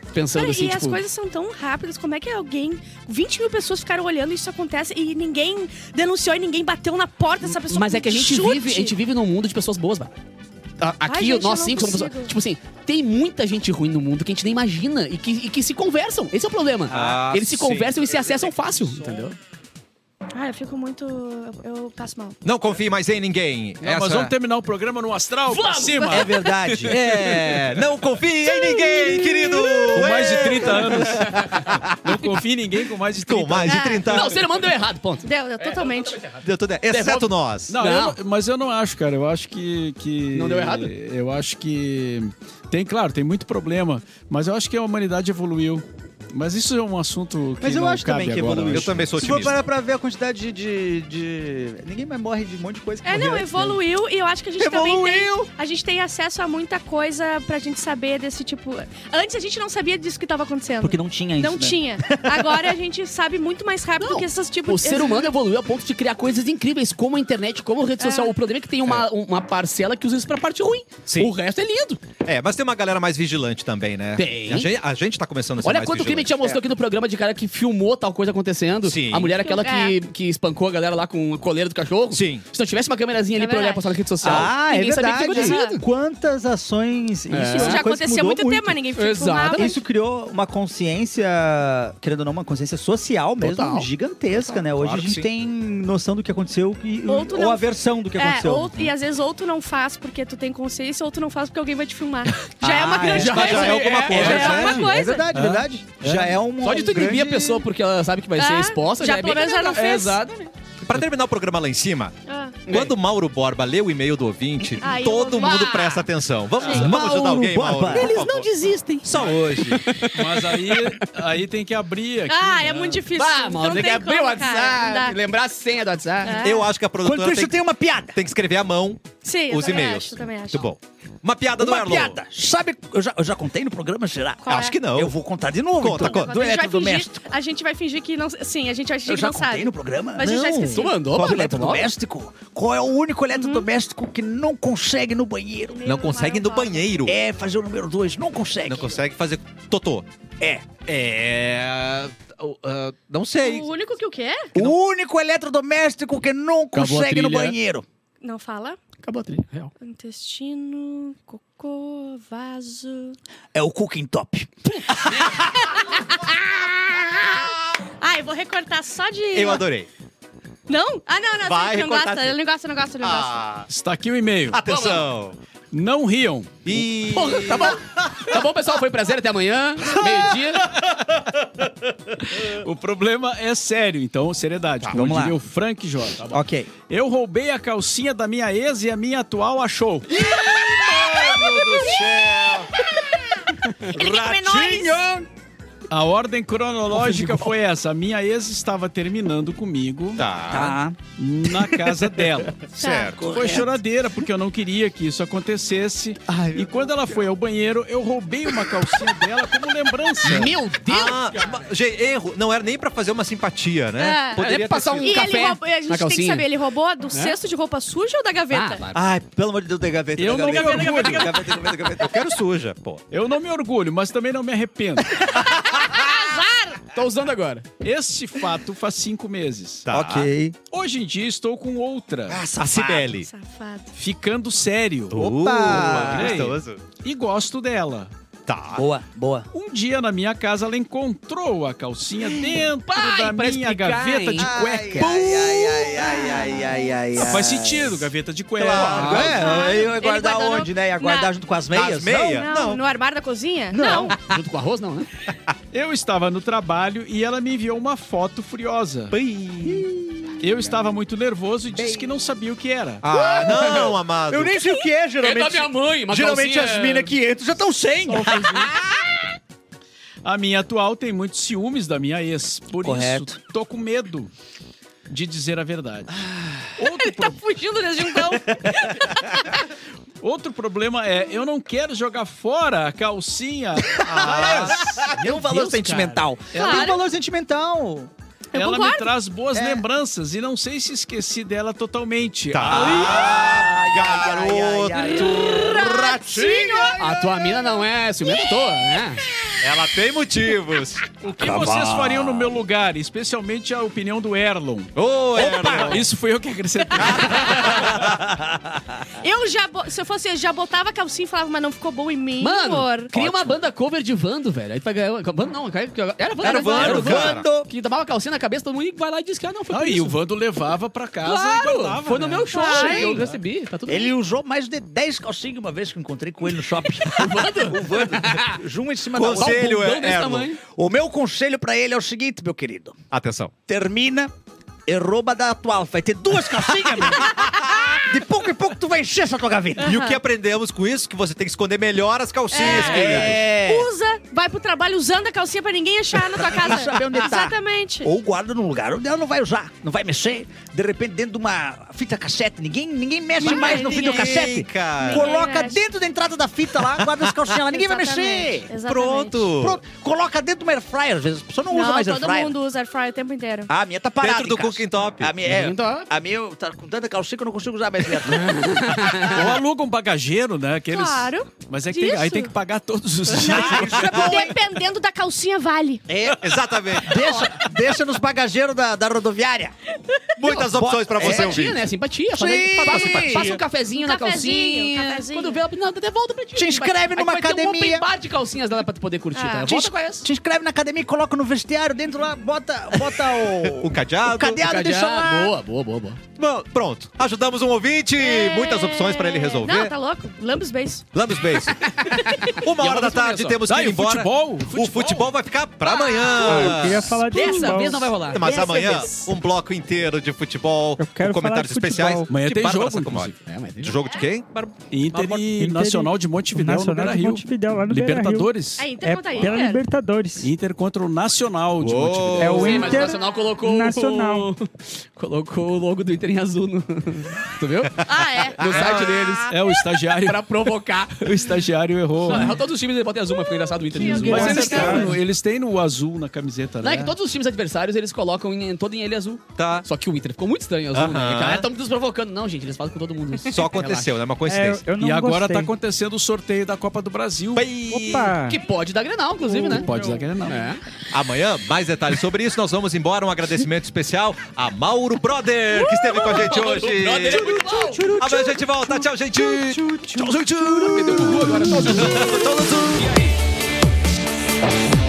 B: pensando
E: Cara,
B: assim,
E: e
B: tipo...
E: as coisas são tão rápidas, como é que alguém... vinte mil pessoas ficaram olhando e isso acontece e ninguém denunciou e ninguém bateu na porta dessa pessoa
B: Mas
E: com
B: é que a gente
E: chute.
B: vive, a gente vive num mundo de pessoas boas, mano. A- Aqui,
E: gente,
B: nós
E: eu não
B: cinco somos pessoas...
E: consigo.
B: Tipo assim, tem muita gente ruim no mundo que a gente nem imagina e que, e que se conversam. Esse é o problema.
A: Ah,
B: Eles se
A: sim.
B: conversam e se acessam fácil, entendeu?
E: Ah, eu fico muito... Eu, eu passo mal.
A: Não confie mais em ninguém.
F: Não, mas vamos terminar o programa no astral pra cima.
C: É verdade.
A: É, não confie em ninguém, querido!
F: Com mais de
A: É.
F: trinta anos. Não confie em ninguém com mais de trinta
A: Com mais de
E: Ah.
A: trinta
B: Não, o
A: anos.
B: ser humano deu errado, ponto.
E: Deu, deu totalmente.
A: Deu tudo errado. Exceto nós.
F: Não,
B: Não.
F: eu não- mas eu não acho, cara. Eu acho que, que.
B: Não deu errado?
F: Eu acho que. Tem, claro, tem muito problema. Mas eu acho que a humanidade evoluiu. Mas isso é um assunto que
C: Mas eu
F: não
C: acho
F: cabe
C: também que
F: agora,
C: evoluiu.
F: eu
A: Eu também sou
C: Se for
A: otimista.
C: parar pra ver a quantidade de, de, de- Ninguém mais morre de um monte de coisa que
E: É,
C: morreu
E: não,
C: antes, né?
E: evoluiu e eu acho que a gente também
C: Evoluiu!
E: tem... A gente tem acesso a muita coisa pra gente saber desse tipo... Antes a gente não sabia disso que tava acontecendo.
C: Porque não tinha isso,
E: Não
C: né?
E: tinha. Agora a gente sabe muito mais rápido
B: Não,
E: que esses tipos
B: O ser humano evoluiu a ponto de criar coisas incríveis, como a internet, como a rede social. O problema é que tem uma, uma parcela que usa isso pra parte ruim.
A: Sim.
B: O resto é lindo.
A: É, mas tem uma galera mais vigilante também, né?
B: Tem.
A: A gente, a gente tá começando a ser
B: Olha
A: mais
B: quanto crime a gente já
A: vigilante.
B: mostrou aqui no programa de cara que filmou tal coisa acontecendo.
A: Sim.
B: A mulher aquela que,
E: É.
B: que espancou a galera lá com o coleiro do cachorro.
A: Sim.
B: Se não tivesse uma câmerazinha ali
E: É
B: pra olhar
E: verdade.
B: pra sua rede social,
C: Ah, é
B: ninguém sabia o que
C: verdade.
B: tinha acontecido.
C: Quantas ações... Isso,
B: É.
C: é
E: Isso
C: uma
E: já
C: coisa que
E: acontecia há
C: mudou
E: muito tempo, mas ninguém
B: Exatamente.
E: filmava.
C: Isso criou uma consciência, querendo ou não, uma consciência social mesmo,
B: Total.
C: gigantesca, né? Hoje
A: Claro
C: a
A: que
C: gente
A: sim.
C: tem noção do que aconteceu e,
E: Ou tu
C: ou
E: não-
C: a versão do que
E: É,
C: aconteceu.
E: ou, e às vezes ou tu não faz porque tu tem consciência, ou tu não faz porque alguém vai te filmar. Já é uma
C: Ah,
E: grande
B: já-
E: coisa.
B: já é alguma coisa,
E: Já é alguma
C: É
E: coisa.
C: verdade, verdade. Já é um
B: Só de tu inibir
C: grande...
B: a pessoa porque ela sabe que vai ser
E: Ah,
B: exposta,
E: já
B: já é
E: pelo
B: bem
E: menos já não
B: legal.
E: fez.
B: Exatamente.
A: Pra terminar o programa lá em cima,
E: Ah.
A: quando o Mauro Borba lê o e-mail do ouvinte,
E: Ai, eu
A: todo
E: amo.
A: mundo
E: Ah.
A: presta atenção. Vamos,
E: Sim.
A: vamos ajudar
C: Mauro
A: alguém,
C: Borba.
A: Mauro? por
B: Eles
A: favor.
B: não desistem.
A: Só hoje.
F: Mas aí, aí tem que abrir aqui.
E: Ah,
F: né?
E: é muito difícil.
B: Bah,
E: Não
B: mano, tem que abrir o
E: como, cara. Não
B: WhatsApp,
E: dá.
B: lembrar a senha do WhatsApp.
E: É.
A: Eu acho que a
C: Quanto
A: produtora
C: isso
A: tem,
C: tem uma piada.
A: tem que escrever à mão
E: Sim, eu
A: os
E: também
A: e-mails.
E: acho, eu também acho.
A: Muito bom. Uma piada do
C: Uma
A: Erlon.
C: piada. Sabe, eu já, eu já contei no programa, será?
E: Qual
A: Acho
E: é?
A: que não.
C: Eu vou contar de novo,
A: Conta,
C: então.
A: conta.
C: Do
E: a, gente vai fingir,
C: eletrodoméstico.
E: a gente vai fingir que não... Sim, a gente vai fingir
C: Eu
E: que
C: já
E: não
C: contei
E: sabe.
C: no programa?
E: Mas a gente já esqueceu.
B: Tu mandou,
C: Qual é o
B: mano?
C: eletrodoméstico? Qual é o único eletrodoméstico que não consegue no banheiro?
A: Não consegue ir no banheiro.
C: É, fazer o número dois, não consegue.
A: Não consegue fazer totô.
C: É.
A: É... uh, uh, não sei.
E: O único que o quê?
C: O único eletrodoméstico que não
F: Acabou a
C: consegue no
F: trilha.
C: banheiro.
E: Não fala?
B: Acabou a trilha, real.
E: Intestino, cocô, vaso...
C: É o cooking top.
E: Ah, eu vou recortar só de...
A: Eu adorei.
E: Não? Ah, não, não.
A: Vai
E: Ele não
A: recortar
E: gosta,
A: sim.
E: ele não gosta, não gosta, não gosta.
A: Ah,
F: Está aqui o e-mail.
A: atenção.
F: Não riam.
A: E...
B: Porra, tá bom. Tá bom, pessoal. Foi um prazer. Até amanhã. Meio-dia.
F: O problema é sério, então, seriedade. Como
C: vamos lá.
F: diria o Frank J. Tá bom.
C: Ok.
F: Eu roubei a calcinha da minha ex e a minha atual achou.
A: Mano do céu.
E: Ele quer comer nós!
F: A ordem cronológica foi essa. A minha ex estava terminando comigo
A: Tá.
C: Tá.
F: na casa dela.
A: Certo.
F: Foi choradeira, porque eu não queria que isso acontecesse.
C: Ai,
F: E quando ela foi ao banheiro, eu roubei uma calcinha dela como lembrança.
B: Meu Deus.
A: Ah, ma- gente, erro. Não era nem pra fazer uma simpatia, né?
E: É.
A: Poderia
B: É passar
A: ter
B: um
A: sido-
E: E
B: café
E: ele roubou, a gente
B: na
E: tem que
B: calcinha.
E: saber, ele roubou do cesto de roupa suja ou da gaveta?
B: Ah, claro.
C: Ai, pelo amor de Deus, da gaveta.
F: Eu
C: da
F: não me
C: gaveta.
F: orgulho.
C: Gaveta, gaveta, gaveta.
A: Eu quero suja, pô.
F: Eu não me orgulho, mas também não me arrependo.
B: Tô usando agora.
F: Este fato faz cinco meses.
A: Tá.
C: Ok.
F: Hoje em dia estou com outra,
A: A Cibele.
E: Safado.
F: ficando sério.
C: Opa!
A: Uh, gostoso.
F: E gosto dela.
A: Tá.
C: Boa, boa.
F: Um dia na minha casa ela encontrou a calcinha dentro
B: Pai,
F: da
B: pra
F: minha
B: explicar,
F: gaveta
B: hein?
F: de cueca.
C: Ai, ai, ai, ai, ai, ai, ai,
F: Ah,
C: ai.
F: faz sentido, gaveta de cueca.
C: Claro. É, eu ia
E: Ele
C: guardar
E: guardou no-
C: onde, né? Ia guardar
E: na-
C: junto com as
A: Nas
C: meias?
A: meias?
E: Não,
A: Não.
E: no armário da cozinha?
C: Não.
B: Junto com arroz, não, né?
F: Eu estava no trabalho e ela me enviou uma foto furiosa. Eu estava muito nervoso e disse que não sabia o que era.
A: Ah, não, amado.
C: Eu nem sei o que é,
B: É da
C: geralmente.
B: minha mãe. Uma
C: Geralmente
B: calcinha-
C: as minas que entram já estão sem.
F: A minha atual tem muitos ciúmes da minha ex. Por
C: Correto.
F: isso, tô com medo de dizer a verdade. Outro,
E: Ele tá
F: pro-
E: fugindo desde então.
F: Outro problema é, eu não quero jogar fora a calcinha
C: Ah,
F: da ex.
C: Tem um valor
F: Deus,
C: sentimental.
E: Claro.
C: Tem um valor sentimental.
E: Eu
F: Ela
E: concordo.
F: me traz boas
C: É.
F: lembranças e não sei se esqueci dela totalmente.
A: Tá.
C: Ai,
A: garoto.
C: ai, ai, ai.
A: Ratinho.
B: A tua mina não é ciumenta à toa, né?
A: Ela tem motivos.
F: O que vocês fariam no meu lugar? Especialmente a opinião do Erlon.
A: Ô, Erlon.
F: Isso foi eu que acrescentei.
E: Eu já, bo- se eu fosse, eu já botava a calcinha e falava, mas não ficou bom em mim,
B: Mano,
E: amor.
B: cria uma banda cover de Vando, velho. Aí tu vai ganhar. Vando não, era Vando.
A: Era
B: né?
A: Vando,
B: Era o
A: cara.
B: Vando. Que tomava calcinha na cabeça, todo mundo e vai lá e diz que ah, não, foi
F: Ah,
B: por
F: e
B: isso.
F: o Vando levava pra casa e
B: Claro,
F: guardava.
B: foi no
F: né?
B: meu show,
E: Ai.
B: eu recebi, tá tudo
D: Ele
B: bem.
D: usou mais de dez calcinhas uma vez que eu encontrei com ele no shopping. o Vando? O Vando. Juma em cima da outra.
A: Conselho,
B: Bundão
A: é,
B: desse
A: Erlon.
B: tamanho.
D: O meu conselho pra ele é o seguinte, meu querido.
A: Atenção.
D: Termina e rouba da atual. Vai ter duas calcinhas, meu. De pouco em pouco tu vai encher essa tua gaveta.
A: E o que aprendemos com isso? Que você tem que esconder melhor as calcinhas, querido.
D: É.
E: Usa, vai pro trabalho usando a calcinha pra ninguém achar na tua casa.
D: Saber onde tá.
E: Exatamente.
D: Ou guarda num lugar onde ela não vai usar, não vai mexer. De repente, dentro de uma fita cassete, ninguém, ninguém mexe
E: Vai,
D: mais no
E: ninguém.
D: videocassete.
A: cara.
D: Coloca
E: Ninguém mexe.
D: dentro da entrada da fita lá, guarda as calcinhas lá, ninguém vai mexer.
E: Exatamente, exatamente.
A: Pronto.
D: Pronto. Coloca dentro de uma air fryer, às vezes. A pessoa não, usa
E: Não,
D: mais air
E: todo
D: fryer.
E: mundo usa air fryer o tempo inteiro.
D: Ah, a minha tá parada.
A: Dentro do
D: em casa.
A: cooking top.
D: A minha, é,
B: Cooking top.
D: a minha eu- tá com tanta calcinha que eu não consigo usar mais dentro.
F: Ou aluga um bagageiro, né? Aqueles...
E: Claro.
F: Mas é que tem, aí
E: Disso.
F: tem que pagar todos os dias.
D: Isso é bom, hein?
E: Dependendo da calcinha, vale.
D: É,
A: Exatamente.
D: deixa, deixa nos bagageiros da, da rodoviária.
A: Muitas opções pra você
B: Simpatia,
A: ouvir.
B: né? Simpatia. Faz,
D: Sim.
B: passa, um- passa um cafezinho
E: Um
B: na
E: cafezinho,
B: calcinha.
E: um cafezinho.
B: Quando vê, ela não, devolta pra ti.
D: Te inscreve
B: Aí
D: numa
B: vai ter um
D: academia.
B: open bar de calcinhas dela pra tu poder curtir,
E: Ah.
B: tá?
D: Te,
B: Volta com essa.
D: te inscreve na academia, coloca no vestiário, dentro lá, bota, bota o...
A: O cadeado.
D: O cadeado,
B: Cadeado.
D: deixa lá.
B: Boa, boa, boa, boa.
A: Bom, pronto. Ajudamos um ouvinte. Muitas opções pra ele resolver.
E: Não, tá louco. Lambos beijos.
A: Lambos Base. Uma
B: E
A: hora
B: eu
A: da
B: vou
A: tarde
B: responder
A: temos
F: só.
A: que
F: Ah,
A: ir
F: e o
A: embora.
F: futebol? O
A: O
F: futebol?
A: futebol vai ficar pra amanhã.
I: Ah, eu queria falar de
B: Dessa
I: futebol.
B: vez não vai rolar.
A: Mas
B: Dessa
A: amanhã,
B: vez.
A: um bloco inteiro de futebol,
I: Eu quero
A: com comentários
I: falar de
A: especiais.
I: futebol.
F: Amanhã
A: de
F: tem
A: Bárbara
F: jogo,
A: Sacomori.
B: É, mas tem
A: De jogo de quem?
F: Inter e
I: Inter
F: Nacional
I: e-
F: de Montevidéu no
I: Nacional de
F: Beira-Rio.
I: Montevidéu, lá no
F: Libertadores.
E: É Inter
I: É
E: contra
I: pela
E: Inter.
I: Libertadores.
F: Inter contra o Nacional de
A: Uou.
F: Montevidéu.
I: É o
B: Sim, mas o
I: Inter
B: Nacional colocou
I: Nacional.
B: colocou o logo do Inter em azul no... Tu viu?
E: Ah, é.
B: No site deles.
F: É, o estagiário,
B: Pra provocar.
F: o estagiário errou.
B: Não, todos os times eles botam azul, mas foi engraçado o Inter de azul.
E: Sim,
F: Mas
E: Nossa,
F: eles têm,
I: cara.
F: no- eles têm no azul na camiseta,
B: Não,
F: né?
B: é que todos os times adversários eles colocam em, todo em ele azul.
A: Tá.
B: Só que o Inter ficou muito estranho azul, né?
A: Aham.
B: Cara, estão nos provocando. Não, gente, eles fazem com todo mundo isso.
A: Só aconteceu, né? Uma
I: É,
A: coincidência.
I: eu não
F: E agora
I: gostei.
F: tá acontecendo o sorteio da Copa do Brasil.
I: Opa!
B: Que pode dar Grenal, inclusive, né?
F: Pode dar aquele não.
B: É.
A: Amanhã, mais detalhes sobre isso. Nós vamos embora. Um agradecimento especial a Mauro Brother, que esteve com a gente hoje.
B: O brother é muito bom.
A: Amanhã a gente volta. Tchau, gente. Tchau, gente.
B: Perdeu o Gugu agora.
A: Tchau, gente.